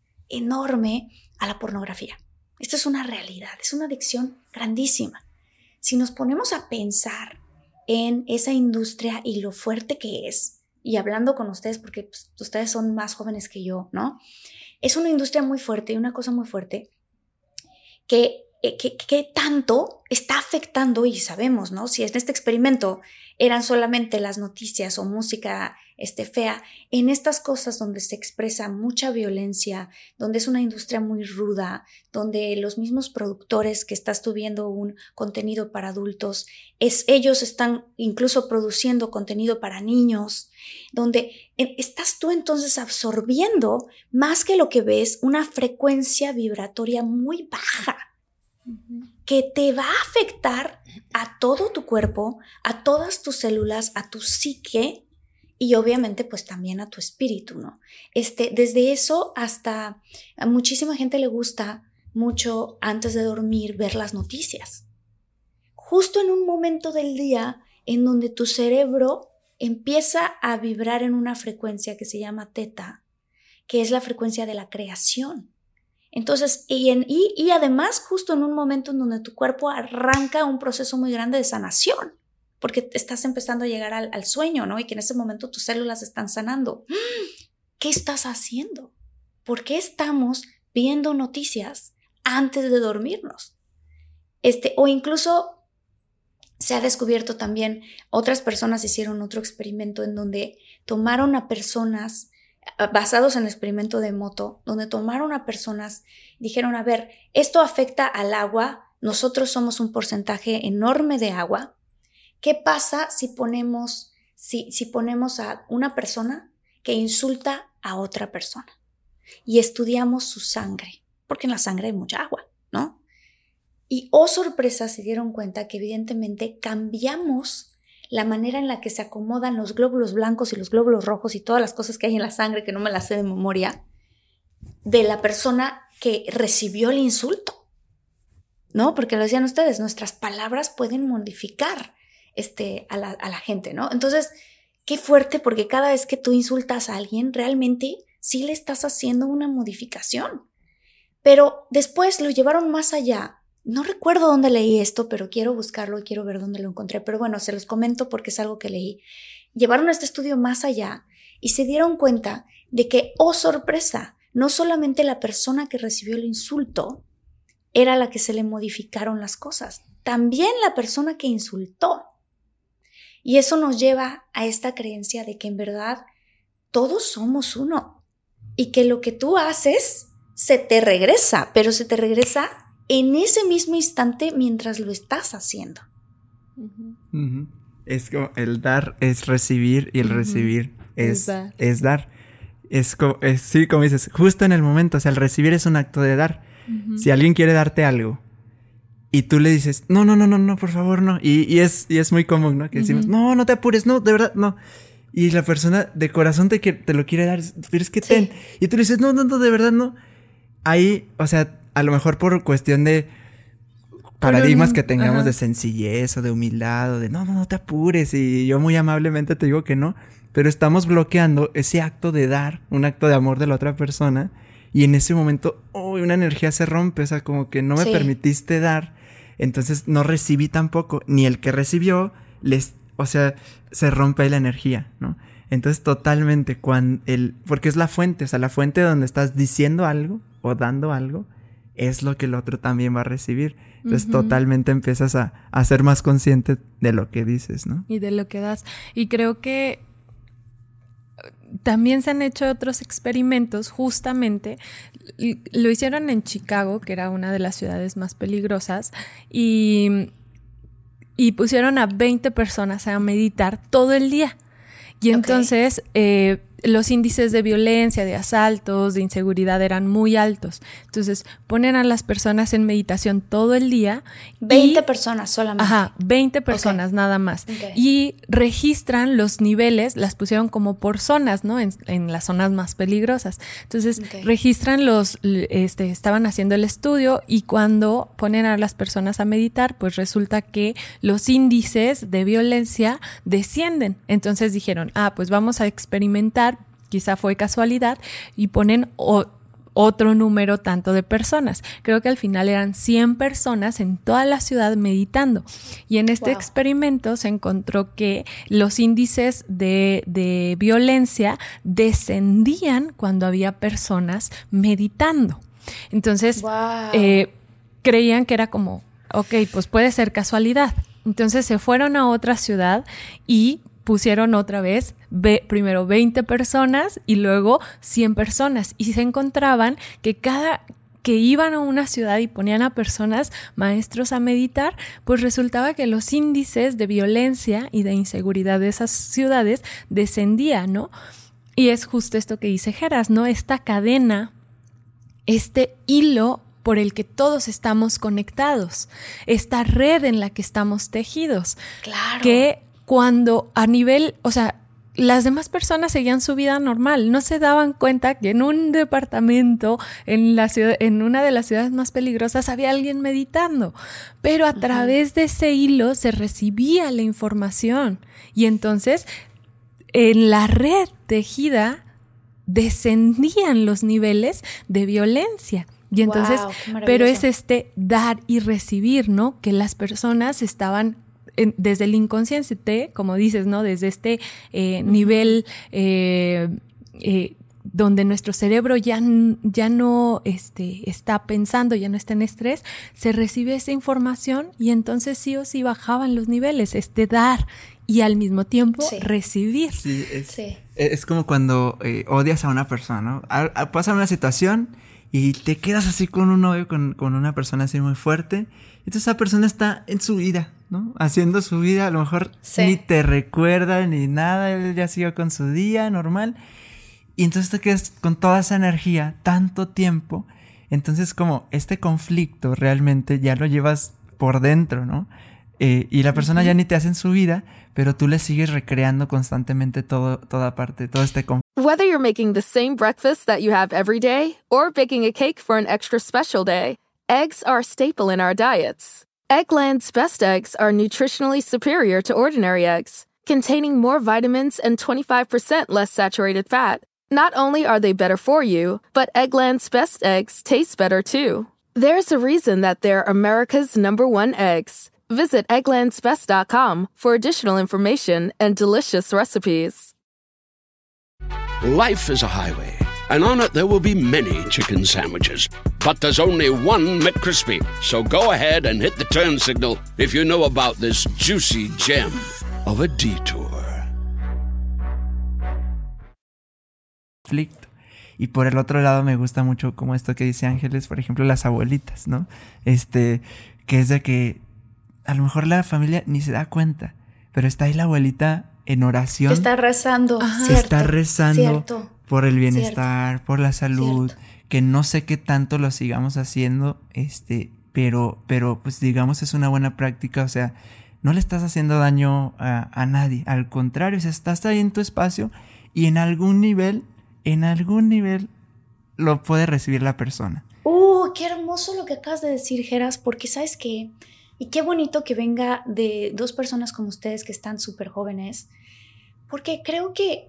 Speaker 5: a la pornografía. Esto es una realidad, es una adicción grandísima. Si nos ponemos a pensar en esa industria y lo fuerte que es, y hablando con ustedes, porque pues, ustedes son más jóvenes que yo, ¿no? Es una industria muy fuerte y una cosa muy fuerte que tanto está afectando, y sabemos, ¿no? Si en este experimento eran solamente las noticias o música fea, en estas cosas donde se expresa mucha violencia, donde es una industria muy ruda, donde los mismos productores que estás viendo un contenido para adultos, ellos están incluso produciendo contenido para niños, donde estás tú entonces absorbiendo más que lo que ves una frecuencia vibratoria muy baja, que te va a afectar a todo tu cuerpo, a todas tus células, a tu psique y obviamente pues también a tu espíritu, ¿no? Desde eso hasta a muchísima gente le gusta mucho antes de dormir ver las noticias. Justo en un momento del día en donde tu cerebro empieza a vibrar en una frecuencia que se llama teta, que es la frecuencia de la creación. Entonces, y además justo en un momento en donde tu cuerpo arranca un proceso muy grande de sanación. porque estás empezando a llegar al sueño, ¿no? Y que en ese momento tus células están sanando. ¿Qué estás haciendo? ¿Por qué estamos viendo noticias antes de dormirnos? O incluso se ha descubierto también, otras personas hicieron otro experimento en donde tomaron a personas, basados en el experimento de Emoto, donde tomaron a personas, dijeron, a ver, esto afecta al agua, nosotros somos un porcentaje enorme de agua. ¿Qué pasa si ponemos a una persona que insulta a otra persona? Y estudiamos su sangre, porque en la sangre hay mucha agua, ¿no? Y, oh sorpresa, se dieron cuenta que evidentemente cambiamos la manera en la que se acomodan los glóbulos blancos y los glóbulos rojos y todas las cosas que hay en la sangre, que no me las sé de memoria, de la persona que recibió el insulto, ¿no? Porque lo decían ustedes, nuestras palabras pueden modificar a la gente, ¿no? Entonces, qué fuerte, porque cada vez que tú insultas a alguien, realmente sí le estás haciendo una modificación. Pero después lo llevaron más allá. No recuerdo dónde leí esto, pero quiero buscarlo y quiero ver dónde lo encontré. Pero bueno, se los comento porque es algo que leí. Llevaron este estudio más allá y se dieron cuenta de que, oh sorpresa, no solamente la persona que recibió el insulto era la que se le modificaron las cosas, también la persona que insultó. Y eso nos lleva a esta creencia de que en verdad todos somos uno y que lo que tú haces se te regresa, pero se te regresa en ese mismo instante mientras lo estás haciendo.
Speaker 3: Uh-huh. Es como el dar es recibir y el recibir es dar. Sí, como dices, justo en el momento, o sea, el recibir es un acto de dar. Uh-huh. Si alguien quiere darte algo y tú le dices, no, por favor, no. Y es muy común, ¿no? Que decimos, no te apures, no, de verdad, no. Y la persona de corazón te lo quiere dar, pero es que ten. Y tú le dices, no, de verdad, no. Ahí, o sea, a lo mejor por cuestión de paradigmas que tengamos de sencillez o de humildad o de no te apures y yo muy amablemente te digo que no, pero estamos bloqueando ese acto de dar, un acto de amor de la otra persona y en ese momento, una energía se rompe, o sea, como que no me permitiste dar, entonces no recibí tampoco, ni el que recibió, se rompe la energía, ¿no? Entonces totalmente, porque es la fuente, o sea, la fuente donde estás diciendo algo o dando algo, es lo que el otro también va a recibir. Entonces totalmente empiezas a ser más consciente de lo que dices, ¿no?
Speaker 4: Y de lo que das. Y creo que también se han hecho otros experimentos, justamente, lo hicieron en Chicago, que era una de las ciudades más peligrosas, y pusieron a 20 personas a meditar todo el día. Y entonces los índices de violencia, de asaltos, de inseguridad eran muy altos. Entonces ponen a las personas en meditación todo el día.
Speaker 5: 20 personas solamente.
Speaker 4: Ajá, 20 personas nada más. Okay. Y registran los niveles, las pusieron como por zonas, ¿no? En las zonas más peligrosas. Entonces registran estaban haciendo el estudio y cuando ponen a las personas a meditar, pues resulta que los índices de violencia descienden. Entonces dijeron, pues vamos a experimentar, quizá fue casualidad, y ponen otro número tanto de personas. Creo que al final eran 100 personas en toda la ciudad meditando. Y en este experimento se encontró que los índices de violencia descendían cuando había personas meditando. Entonces, creían que era como, pues puede ser casualidad. Entonces se fueron a otra ciudad y pusieron otra vez primero 20 personas y luego 100 personas y se encontraban que cada que iban a una ciudad y ponían a personas, maestros a meditar, pues resultaba que los índices de violencia y de inseguridad de esas ciudades descendían, ¿no? Y es justo esto que dice Geras, ¿no? Esta cadena, este hilo por el que todos estamos conectados, esta red en la que estamos tejidos.
Speaker 5: Claro.
Speaker 4: Que cuando a nivel, las demás personas seguían su vida normal, no se daban cuenta que en un departamento, en la ciudad, en una de las ciudades más peligrosas, había alguien meditando, pero a través de ese hilo se recibía la información y entonces en la red tejida descendían los niveles de violencia. Y entonces, pero es dar y recibir, ¿no? Que las personas estaban desde el inconsciente, como dices, ¿no? Desde este nivel donde nuestro cerebro ya no está pensando, ya no está en estrés, se recibe esa información y entonces sí o sí bajaban los niveles, dar y al mismo tiempo recibir.
Speaker 3: Sí, es como cuando odias a una persona, ¿no? Pasa una situación y te quedas así con un odio, con una persona así muy fuerte. Entonces esa persona está en su vida, ¿no? Haciendo su vida, a lo mejor ni te recuerda ni nada, él ya siguió con su día normal. Y entonces te quedas con toda esa energía, tanto tiempo. Entonces como este conflicto realmente ya lo llevas por dentro, ¿no? Y la persona ya ni te hace en su vida, pero tú le sigues recreando constantemente todo este conflicto.
Speaker 1: Whether you're making the same breakfast that you have every day or baking a cake for an extra special day, eggs are a staple in our diets. Eggland's best eggs are nutritionally superior to ordinary eggs, containing more vitamins and 25% less saturated fat. Not only are they better for you, but Eggland's best eggs taste better too. There's a reason that they're America's #1 eggs. Visit egglandsbest.com for additional information and delicious recipes.
Speaker 8: Life is a highway, and on it there will be many chicken sandwiches. But there's only one McCrispy. So go ahead and hit the turn signal if you know about this juicy gem of a detour.
Speaker 3: Conflicto. Y por el otro lado me gusta mucho como esto que dice Ángeles, por ejemplo, las abuelitas, ¿no? Que es de que a lo mejor la familia ni se da cuenta, pero está ahí la abuelita en oración.
Speaker 5: Está rezando.
Speaker 3: Está rezando por el bienestar, por la salud, que no sé qué tanto lo sigamos haciendo, pero pues digamos es una buena práctica, o sea, no le estás haciendo daño a nadie, al contrario, o sea, estás ahí en tu espacio y en algún nivel lo puede recibir la persona.
Speaker 5: Qué hermoso lo que acabas de decir, Geras, porque ¿sabes qué? Y qué bonito que venga de dos personas como ustedes que están súper jóvenes, porque creo que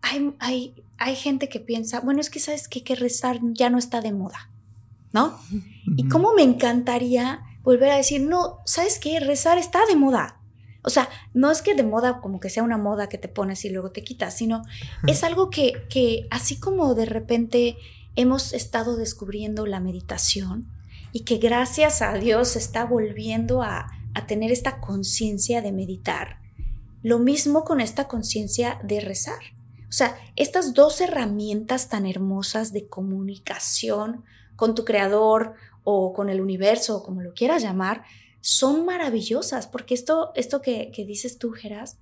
Speaker 5: hay gente que piensa, bueno, es que ¿sabes qué? Que rezar ya no está de moda, ¿no? Y cómo me encantaría volver a decir, no, ¿sabes qué? Rezar está de moda. O sea, no es que de moda como que sea una moda que te pones y luego te quitas, sino es algo que así como de repente hemos estado descubriendo la meditación y que gracias a Dios se está volviendo a tener esta conciencia de meditar, lo mismo con esta conciencia de rezar. O sea, estas dos herramientas tan hermosas de comunicación con tu creador o con el universo o como lo quieras llamar, son maravillosas, porque esto que dices tú, Geras,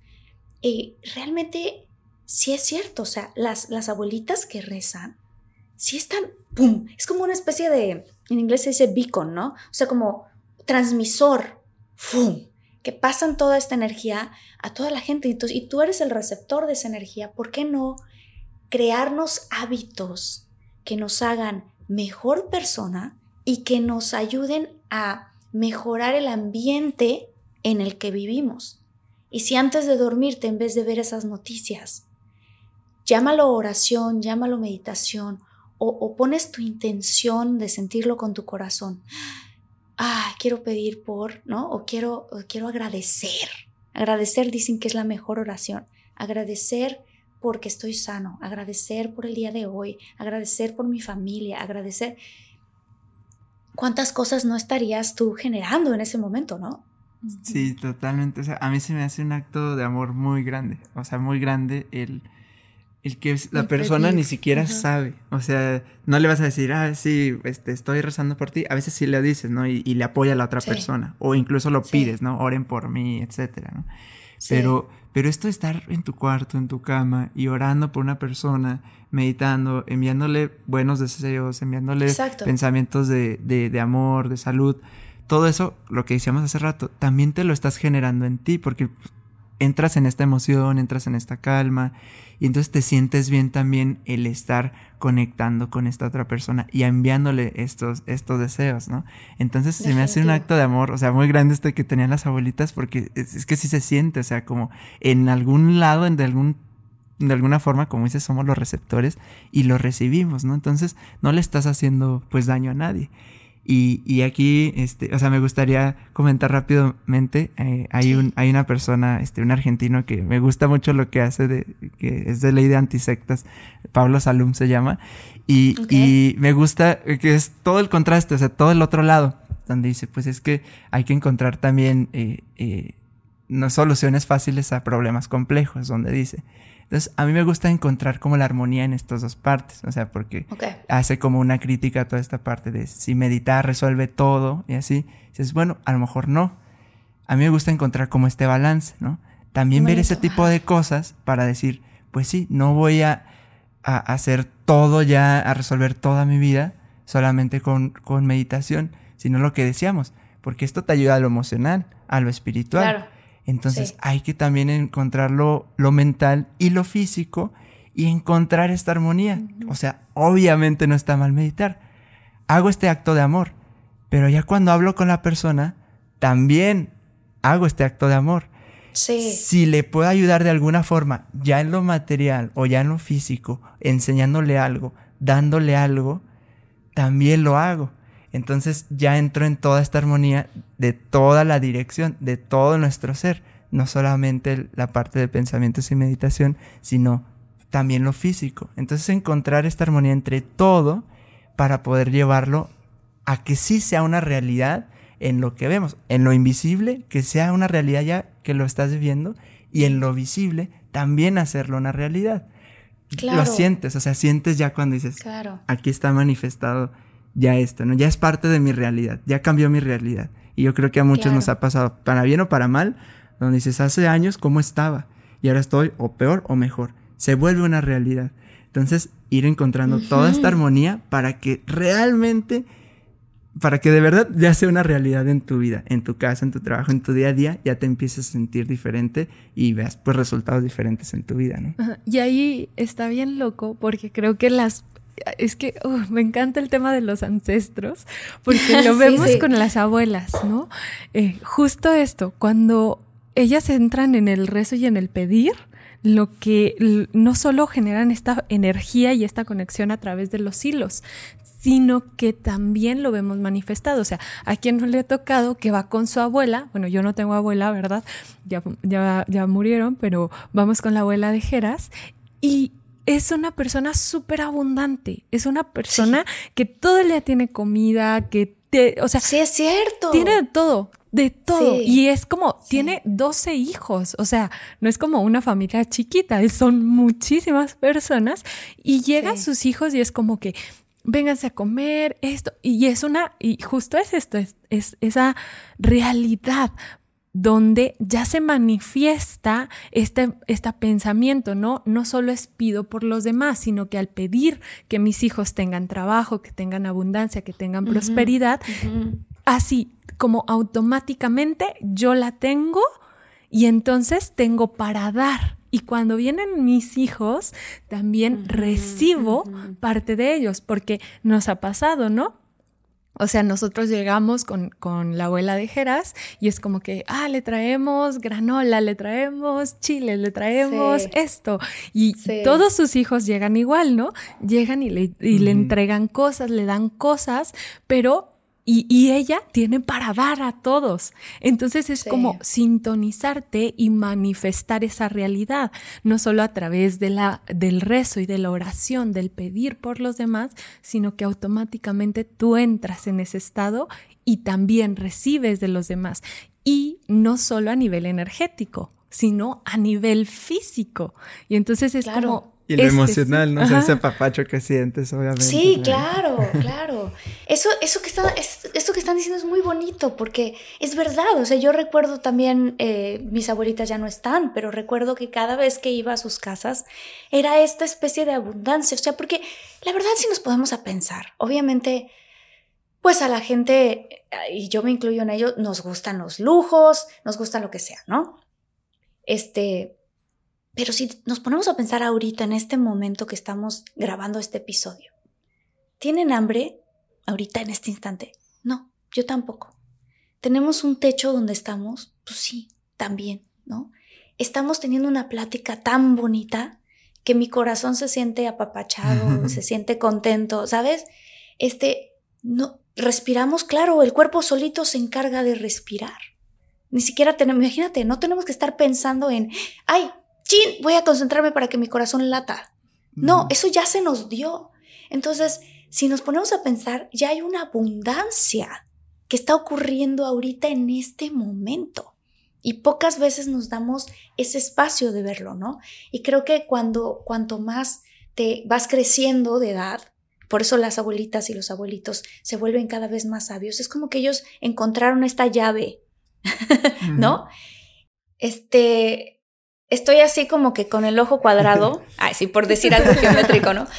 Speaker 5: realmente sí es cierto. O sea, las abuelitas que rezan, sí están, ¡pum! Es como una especie de, en inglés se dice beacon, ¿no? O sea, como transmisor, ¡pum!, que pasan toda esta energía a toda la gente. Y tú eres el receptor de esa energía. ¿Por qué no crearnos hábitos que nos hagan mejor persona y que nos ayuden a mejorar el ambiente en el que vivimos? Y si antes de dormirte, en vez de ver esas noticias, llámalo oración, llámalo meditación, o pones tu intención de sentirlo con tu corazón. Quiero pedir por, ¿no? O quiero agradecer. Agradecer dicen que es la mejor oración. Agradecer porque estoy sano, agradecer por el día de hoy, agradecer por mi familia, agradecer. ¿Cuántas cosas no estarías tú generando en ese momento, no?
Speaker 3: Sí, totalmente. O sea, a mí se me hace un acto de amor muy grande. O sea, muy grande el que la persona ni siquiera sabe. O sea, no le vas a decir, sí, estoy rezando por ti. A veces sí le dices, ¿no? Y le apoya a la otra persona. O incluso lo pides, ¿no? Oren por mí, etcétera, ¿no? Sí. Pero esto de estar en tu cuarto, en tu cama y orando por una persona, meditando, enviándole buenos deseos, enviándole pensamientos de amor, de salud, todo eso, lo que decíamos hace rato, también te lo estás generando en ti, porque entras en esta emoción, entras en esta calma, y entonces te sientes bien también el estar conectando con esta otra persona y enviándole estos deseos, ¿no? Entonces se me hace un acto de amor, o sea, muy grande que tenían las abuelitas, porque es que sí se siente, o sea, como en algún lado, de alguna forma, como dices, somos los receptores y lo recibimos, ¿no? Entonces no le estás haciendo pues daño a nadie. Y aquí, o sea, me gustaría comentar rápidamente, hay una persona, un argentino que me gusta mucho lo que hace, que es de ley de antisectas, Pablo Salum se llama, y me gusta que es todo el contraste, o sea, todo el otro lado, donde dice, pues es que hay que encontrar también no soluciones fáciles a problemas complejos, donde dice. Entonces, a mí me gusta encontrar como la armonía en estas dos partes, o sea, porque hace como una crítica a toda esta parte de si meditar resuelve todo y así. Dices, bueno, a lo mejor no. A mí me gusta encontrar como este balance, ¿no? También ver ese tipo de cosas para decir, pues sí, no voy a hacer todo ya, a resolver toda mi vida solamente con meditación, sino lo que decíamos, porque esto te ayuda a lo emocional, a lo espiritual. Claro. Entonces hay que también encontrar lo mental y lo físico y encontrar esta armonía. O sea, obviamente no está mal meditar. Hago este acto de amor, pero ya cuando hablo con la persona, también hago este acto de amor. Sí. Si le puedo ayudar de alguna forma, ya en lo material o ya en lo físico, enseñándole algo, dándole algo, también lo hago. Entonces ya entro en toda esta armonía de toda la dirección, de todo nuestro ser. No solamente la parte de pensamientos y meditación, sino también lo físico. Entonces encontrar esta armonía entre todo para poder llevarlo a que sí sea una realidad en lo que vemos. En lo invisible, que sea una realidad ya que lo estás viviendo, y en lo visible también hacerlo una realidad. Claro. Lo sientes, o sea, sientes ya cuando dices, claro, aquí está manifestado ya esto, ¿no? Ya es parte de mi realidad, ya cambió mi realidad. Y yo creo que a muchos nos ha pasado, para bien o para mal, donde dices, hace años, ¿cómo estaba? Y ahora estoy o peor o mejor. Se vuelve una realidad. Entonces, ir encontrando toda esta armonía para que realmente, para que de verdad ya sea una realidad en tu vida, en tu casa, en tu trabajo, en tu día a día, ya te empieces a sentir diferente y veas pues resultados diferentes en tu vida, ¿no?
Speaker 4: Y ahí está bien loco porque creo que me encanta el tema de los ancestros, porque lo vemos con las abuelas, ¿no? Justo esto, cuando ellas entran en el rezo y en el pedir, lo que no solo generan esta energía y esta conexión a través de los hilos, sino que también lo vemos manifestado. O sea, a quien no le ha tocado que va con su abuela, bueno, yo no tengo abuela, ¿verdad? Ya murieron, pero vamos con la abuela de Geras y es una persona súper abundante, es una persona que todo el día tiene comida, o sea,
Speaker 5: sí, es cierto.
Speaker 4: Tiene de todo. Sí. Y es como, tiene 12 hijos, o sea, no es como una familia chiquita, son muchísimas personas y llegan sus hijos y es como que, vénganse a comer esto, y justo es esto, es esa realidad donde ya se manifiesta este pensamiento, ¿no? No solo es pido por los demás, sino que al pedir que mis hijos tengan trabajo, que tengan abundancia, que tengan prosperidad, así como automáticamente yo la tengo y entonces tengo para dar. Y cuando vienen mis hijos, también recibo parte de ellos, porque nos ha pasado, ¿no? O sea, nosotros llegamos con la abuela de Geras y es como que, le traemos granola, le traemos chile, le traemos esto. Y todos sus hijos llegan igual, ¿no? Llegan y le entregan cosas, le dan cosas, pero... Y ella tiene para dar a todos. Entonces es como sintonizarte y manifestar esa realidad, no solo a través del rezo y de la oración, del pedir por los demás, sino que automáticamente tú entras en ese estado y también recibes de los demás. Y no solo a nivel energético, sino a nivel físico. Y entonces es como...
Speaker 3: Y lo emocional, ¿no? O sea, ese apapacho que sientes, obviamente.
Speaker 5: Sí, claro. Eso que están diciendo es muy bonito porque es verdad. O sea, yo recuerdo también, mis abuelitas ya no están, pero recuerdo que cada vez que iba a sus casas era esta especie de abundancia. O sea, porque la verdad si nos podemos a pensar, obviamente, pues a la gente, y yo me incluyo en ello, nos gustan los lujos, nos gusta lo que sea, ¿no? Pero si nos ponemos a pensar ahorita, en este momento que estamos grabando este episodio, ¿tienen hambre ahorita en este instante? No, yo tampoco. ¿Tenemos un techo donde estamos? Pues sí, también, ¿no? Estamos teniendo una plática tan bonita que mi corazón se siente apapachado, se siente contento, ¿sabes? no respiramos, claro, el cuerpo solito se encarga de respirar. Ni siquiera tenemos, imagínate, no tenemos que estar pensando en, ay, chin, voy a concentrarme para que mi corazón lata. No, eso ya se nos dio. Entonces, si nos ponemos a pensar, ya hay una abundancia que está ocurriendo ahorita en este momento. Y pocas veces nos damos ese espacio de verlo, ¿no? Y creo que cuanto más te vas creciendo de edad, por eso las abuelitas y los abuelitos se vuelven cada vez más sabios. Es como que ellos encontraron esta llave, ¿no? Estoy así como que con el ojo cuadrado. Ay, sí, por decir algo geométrico, ¿no?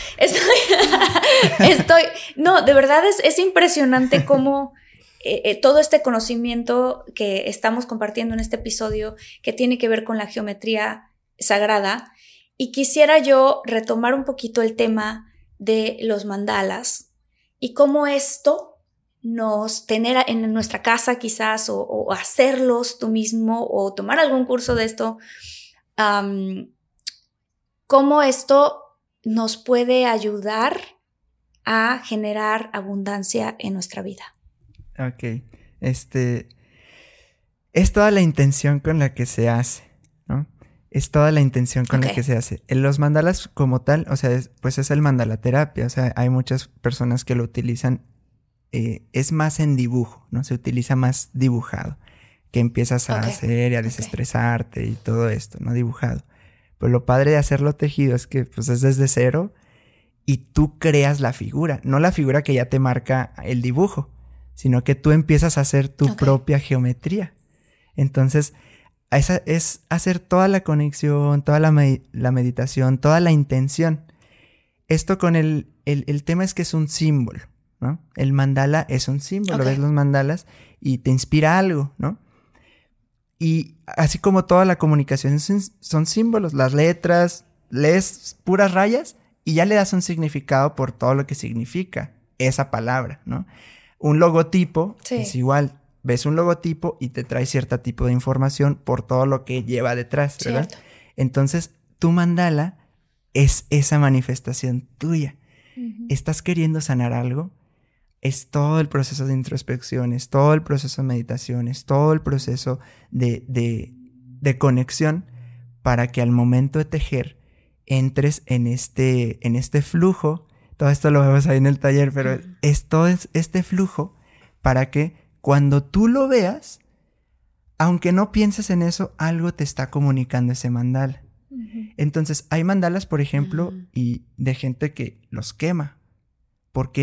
Speaker 5: No, de verdad es impresionante cómo todo este conocimiento que estamos compartiendo en este episodio, que tiene que ver con la geometría sagrada, y quisiera yo retomar un poquito el tema de los mandalas y cómo esto tener en nuestra casa quizás o hacerlos tú mismo o tomar algún curso de esto, cómo esto nos puede ayudar a generar abundancia en nuestra vida.
Speaker 3: Ok, es toda la intención con la que se hace, ¿no? Es toda la intención con la que se hace. Los mandalas como tal, o sea, pues es el mandalaterapia, o sea, hay muchas personas que lo utilizan, es más en dibujo, ¿no? Se utiliza más dibujado, que empiezas a hacer y a desestresarte y todo esto, ¿no? Dibujado. Pero lo padre de hacerlo tejido es que pues es desde cero y tú creas la figura, no la figura que ya te marca el dibujo, sino que tú empiezas a hacer tu propia geometría. Entonces, es hacer toda la conexión, toda la meditación, toda la intención. Esto con el tema es que es un símbolo, ¿no? El mandala es un símbolo, ves los mandalas y te inspira algo, ¿no? Y así como toda la comunicación son símbolos, las letras, lees puras rayas y ya le das un significado por todo lo que significa esa palabra, ¿no? Un logotipo es igual. Ves un logotipo y te trae cierto tipo de información por todo lo que lleva detrás, ¿verdad? Cierto. Entonces, tu mandala es esa manifestación tuya. ¿Estás queriendo sanar algo? Es todo el proceso de introspección, es todo el proceso de meditación, es todo el proceso de conexión para que al momento de tejer entres en este flujo. Todo esto lo vemos ahí en el taller, pero es todo este flujo para que cuando tú lo veas, aunque no pienses en eso, algo te está comunicando ese mandala. Entonces, hay mandalas, por ejemplo, y de gente que los quema, porque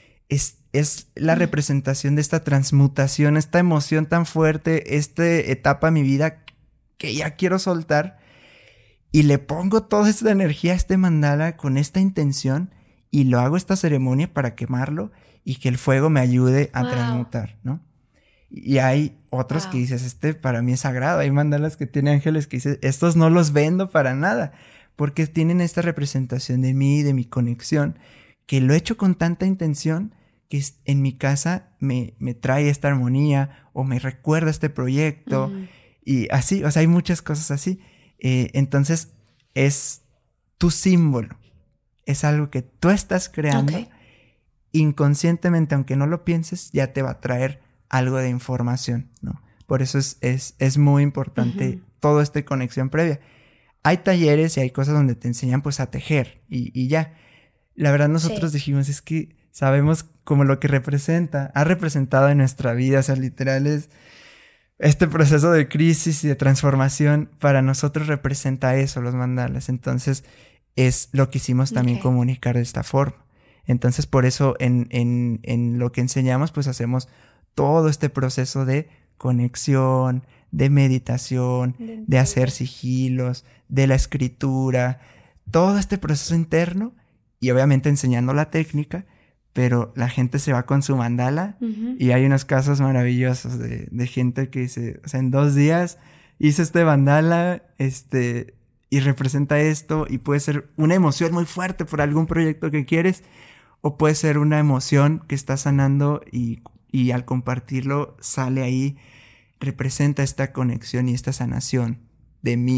Speaker 3: es la representación de esta transmutación, esta emoción tan fuerte, esta etapa de mi vida que ya quiero soltar, y le pongo toda esta energía a este mandala con esta intención, y lo hago esta ceremonia para quemarlo y que el fuego me ayude a transmutar, ¿no? Y hay otros que dices, para mí es sagrado. Hay mandalas que tienen ángeles que dices, estos no los vendo para nada, porque tienen esta representación de mí, de mi conexión, que lo he hecho con tanta intención que en mi casa me trae esta armonía o me recuerda este proyecto y así, o sea, hay muchas cosas así. Entonces, es tu símbolo. Es algo que tú estás creando inconscientemente, aunque no lo pienses, ya te va a traer algo de información, ¿no? Por eso es muy importante toda esta conexión previa. Hay talleres y hay cosas donde te enseñan pues a tejer y ya. La verdad nosotros dijimos, es que sabemos como lo que ha representado en nuestra vida, o sea, literal es este proceso de crisis y de transformación, para nosotros representa eso, los mandalas. Entonces, es lo que hicimos también comunicar de esta forma. Entonces, por eso en lo que enseñamos, pues hacemos todo este proceso de conexión, de meditación, de hacer sigilos, de la escritura, todo este proceso interno y obviamente enseñando la técnica, pero la gente se va con su mandala y hay unos casos maravillosos de gente que dice, o sea, en 2 días hice este mandala, y representa esto, y puede ser una emoción muy fuerte por algún proyecto que quieres, o puede ser una emoción que estás sanando y al compartirlo sale ahí, representa esta conexión y esta sanación de mí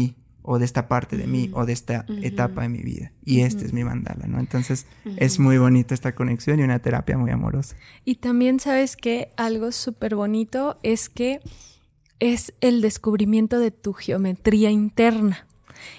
Speaker 3: o de esta parte de mí, o de esta etapa de mi vida. Y este es mi mandala, ¿no? Entonces, es muy bonito esta conexión y una terapia muy amorosa.
Speaker 4: Y también, ¿sabes qué? Algo súper bonito es que es el descubrimiento de tu geometría interna.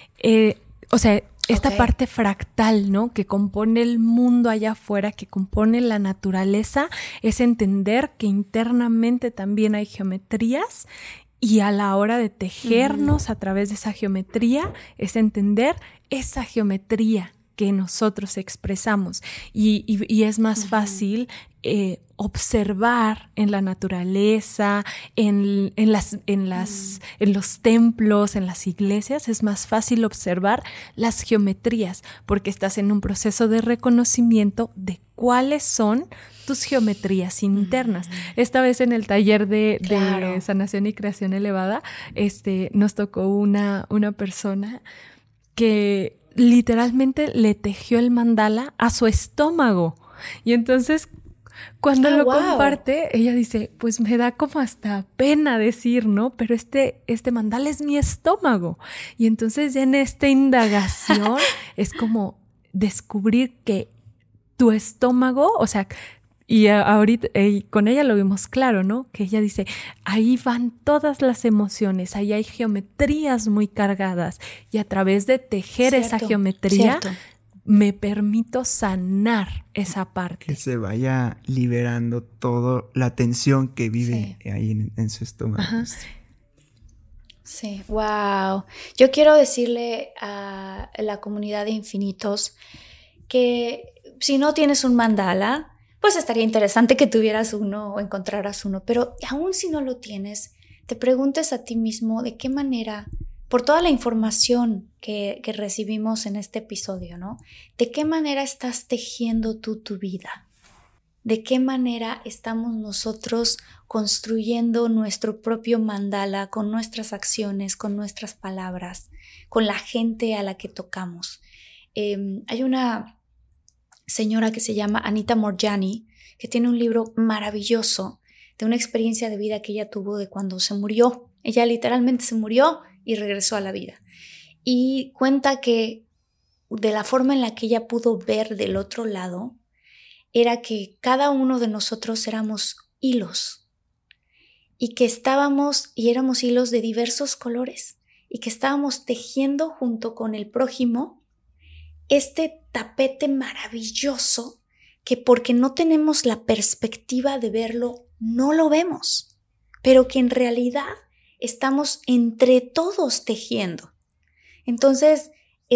Speaker 4: Esta parte fractal, ¿no? Que compone el mundo allá afuera, que compone la naturaleza, es entender que internamente también hay geometrías, y a la hora de tejernos a través de esa geometría es entender esa geometría que nosotros expresamos. Y es más fácil observar en la naturaleza, en los templos, en las iglesias, es más fácil observar las geometrías porque estás en un proceso de reconocimiento de cuáles son tus geometrías internas. Esta vez en el taller de sanación y creación elevada, nos tocó una persona que literalmente le tejió el mandala a su estómago. Y entonces, cuando lo comparte, ella dice, pues me da como hasta pena decir, ¿no? Pero este mandala es mi estómago. Y entonces ya en esta indagación es como descubrir que tu estómago, o sea, y ahorita con ella lo vimos claro, ¿no? Que ella dice, ahí van todas las emociones, ahí hay geometrías muy cargadas y a través de tejer esa geometría me permito sanar esa parte.
Speaker 3: Que se vaya liberando toda la tensión que vive ahí en su estómago. Ajá.
Speaker 5: Sí, wow. Yo quiero decirle a la comunidad de infinitos que si no tienes un mandala, pues estaría interesante que tuvieras uno o encontraras uno, pero aún si no lo tienes, te preguntes a ti mismo de qué manera, por toda la información que recibimos en este episodio, ¿no? ¿De qué manera estás tejiendo tú tu vida? ¿De qué manera estamos nosotros construyendo nuestro propio mandala con nuestras acciones, con nuestras palabras, con la gente a la que tocamos? Hay una señora que se llama Anita Moorjani, que tiene un libro maravilloso de una experiencia de vida que ella tuvo de cuando se murió. Ella literalmente se murió y regresó a la vida. Y cuenta que de la forma en la que ella pudo ver del otro lado era que cada uno de nosotros éramos hilos y que éramos hilos de diversos colores y que estábamos tejiendo junto con el prójimo este tapete maravilloso que porque no tenemos la perspectiva de verlo, no lo vemos, pero que en realidad estamos entre todos tejiendo. Entonces,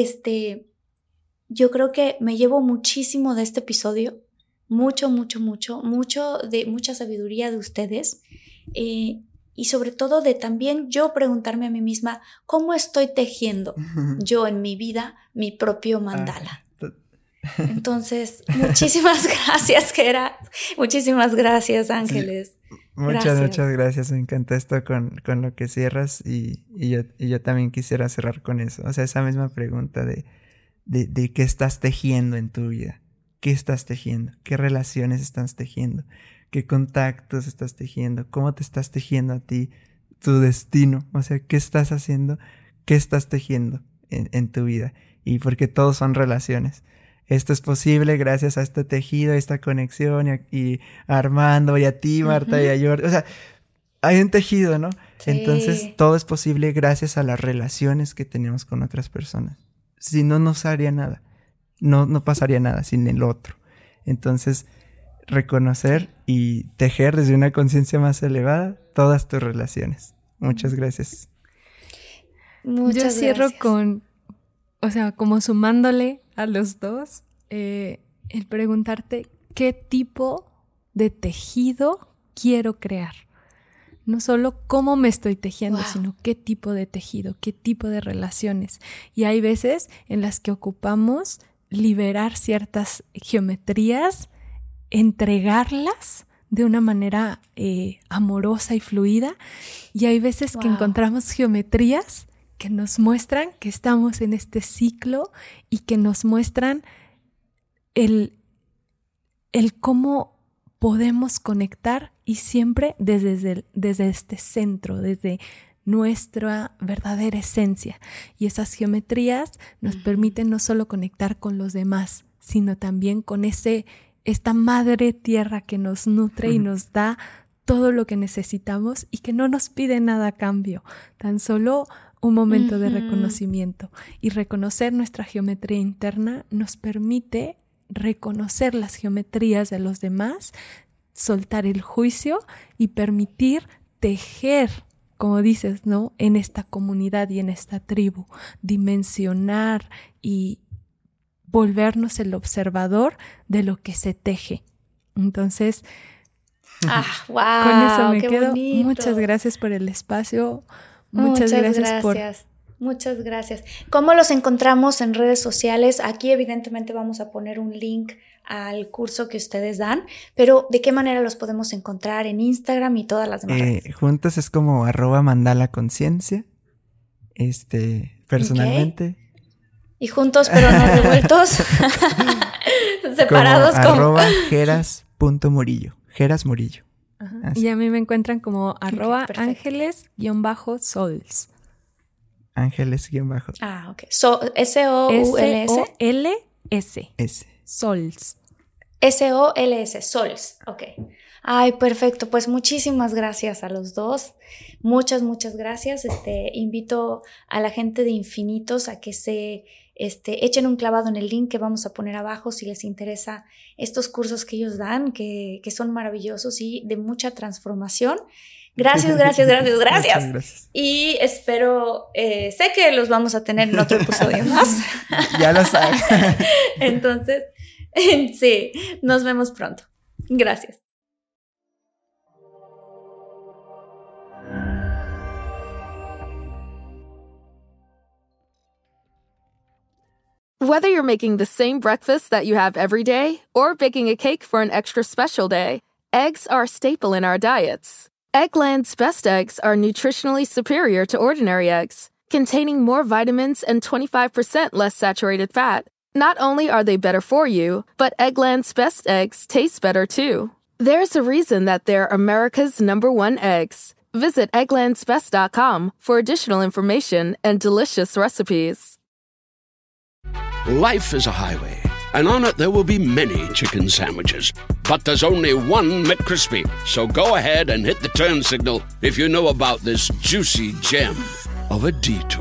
Speaker 5: yo creo que me llevo muchísimo de este episodio, mucha sabiduría de ustedes, y sobre todo de también yo preguntarme a mí misma cómo estoy tejiendo yo en mi vida mi propio mandala. Entonces, muchísimas gracias, Gera. Muchísimas gracias, Ángeles.
Speaker 3: Sí, muchas gracias. Me encanta esto con lo que cierras y yo también quisiera cerrar con eso. O sea, esa misma pregunta de qué estás tejiendo en tu vida. ¿Qué estás tejiendo? ¿Qué relaciones estás tejiendo? ¿Qué contactos estás tejiendo? ¿Cómo te estás tejiendo a ti tu destino? O sea, ¿qué estás haciendo? ¿Qué estás tejiendo en tu vida? Y porque todos son relaciones. Esto es posible gracias a este tejido, a esta conexión y a Armando y a ti, Marta, y a Jordi. O sea, hay un tejido, ¿no? Sí. Entonces, todo es posible gracias a las relaciones que tenemos con otras personas. Si no, no se haría nada. No pasaría nada sin el otro. Entonces, reconocer y tejer desde una conciencia más elevada todas tus relaciones. Muchas gracias.
Speaker 4: Yo cierro con, como sumándole a los dos, el preguntarte qué tipo de tejido quiero crear. No solo cómo me estoy tejiendo, sino qué tipo de tejido, qué tipo de relaciones. Y hay veces en las que ocupamos liberar ciertas geometrías, entregarlas de una manera amorosa y fluida. Y hay veces que encontramos geometrías que nos muestran que estamos en este ciclo y que nos muestran el cómo podemos conectar y siempre desde este centro, desde nuestra verdadera esencia. Y esas geometrías nos permiten no solo conectar con los demás, sino también con esta madre tierra que nos nutre y nos da todo lo que necesitamos y que no nos pide nada a cambio, tan solo un momento de reconocimiento. Y reconocer nuestra geometría interna nos permite reconocer las geometrías de los demás, soltar el juicio y permitir tejer, como dices, ¿no?, en esta comunidad y en esta tribu, dimensionar y volvernos el observador de lo que se teje. Entonces,
Speaker 5: wow,
Speaker 4: con eso me quedo.
Speaker 5: Bonito.
Speaker 4: Muchas gracias por el espacio. Muchas gracias.
Speaker 5: Muchas gracias. ¿Cómo los encontramos en redes sociales? Aquí evidentemente vamos a poner un link al curso que ustedes dan, pero ¿de qué manera los podemos encontrar en Instagram y todas las demás redes?
Speaker 3: Juntos es como @mandalaconciencia, personalmente.
Speaker 5: Okay. Y juntos pero no revueltos, separados como
Speaker 3: @geras.murillo, Geras Murillo.
Speaker 4: Y a mí me encuentran como @ángeles_sols.
Speaker 3: Ángeles_.
Speaker 5: Ok. S-O-U-L-S.
Speaker 4: S. Sols.
Speaker 5: S-O-L-S. Sols. Ok. Ay, perfecto. Pues muchísimas gracias a los dos. Muchas gracias. Invito a la gente de Infinitos a que se echen un clavado en el link que vamos a poner abajo si les interesa estos cursos que ellos dan, que son maravillosos y de mucha transformación. Gracias.
Speaker 3: Gracias.
Speaker 5: Y espero, sé que los vamos a tener en otro episodio más.
Speaker 3: Ya lo sabes.
Speaker 5: Entonces, sí, nos vemos pronto. Gracias.
Speaker 1: Whether you're making the same breakfast that you have every day or baking a cake for an extra special day, eggs are a staple in our diets. Eggland's Best Eggs are nutritionally superior to ordinary eggs, containing more vitamins and 25% less saturated fat. Not only are they better for you, but Eggland's Best Eggs taste better too. There's a reason that they're America's #1 eggs. Visit egglandsbest.com for additional information and delicious recipes.
Speaker 8: Life is a highway, and on it there will be many chicken sandwiches. But there's only one McCrispy. So go ahead and hit the turn signal if you know about this juicy gem of a detour.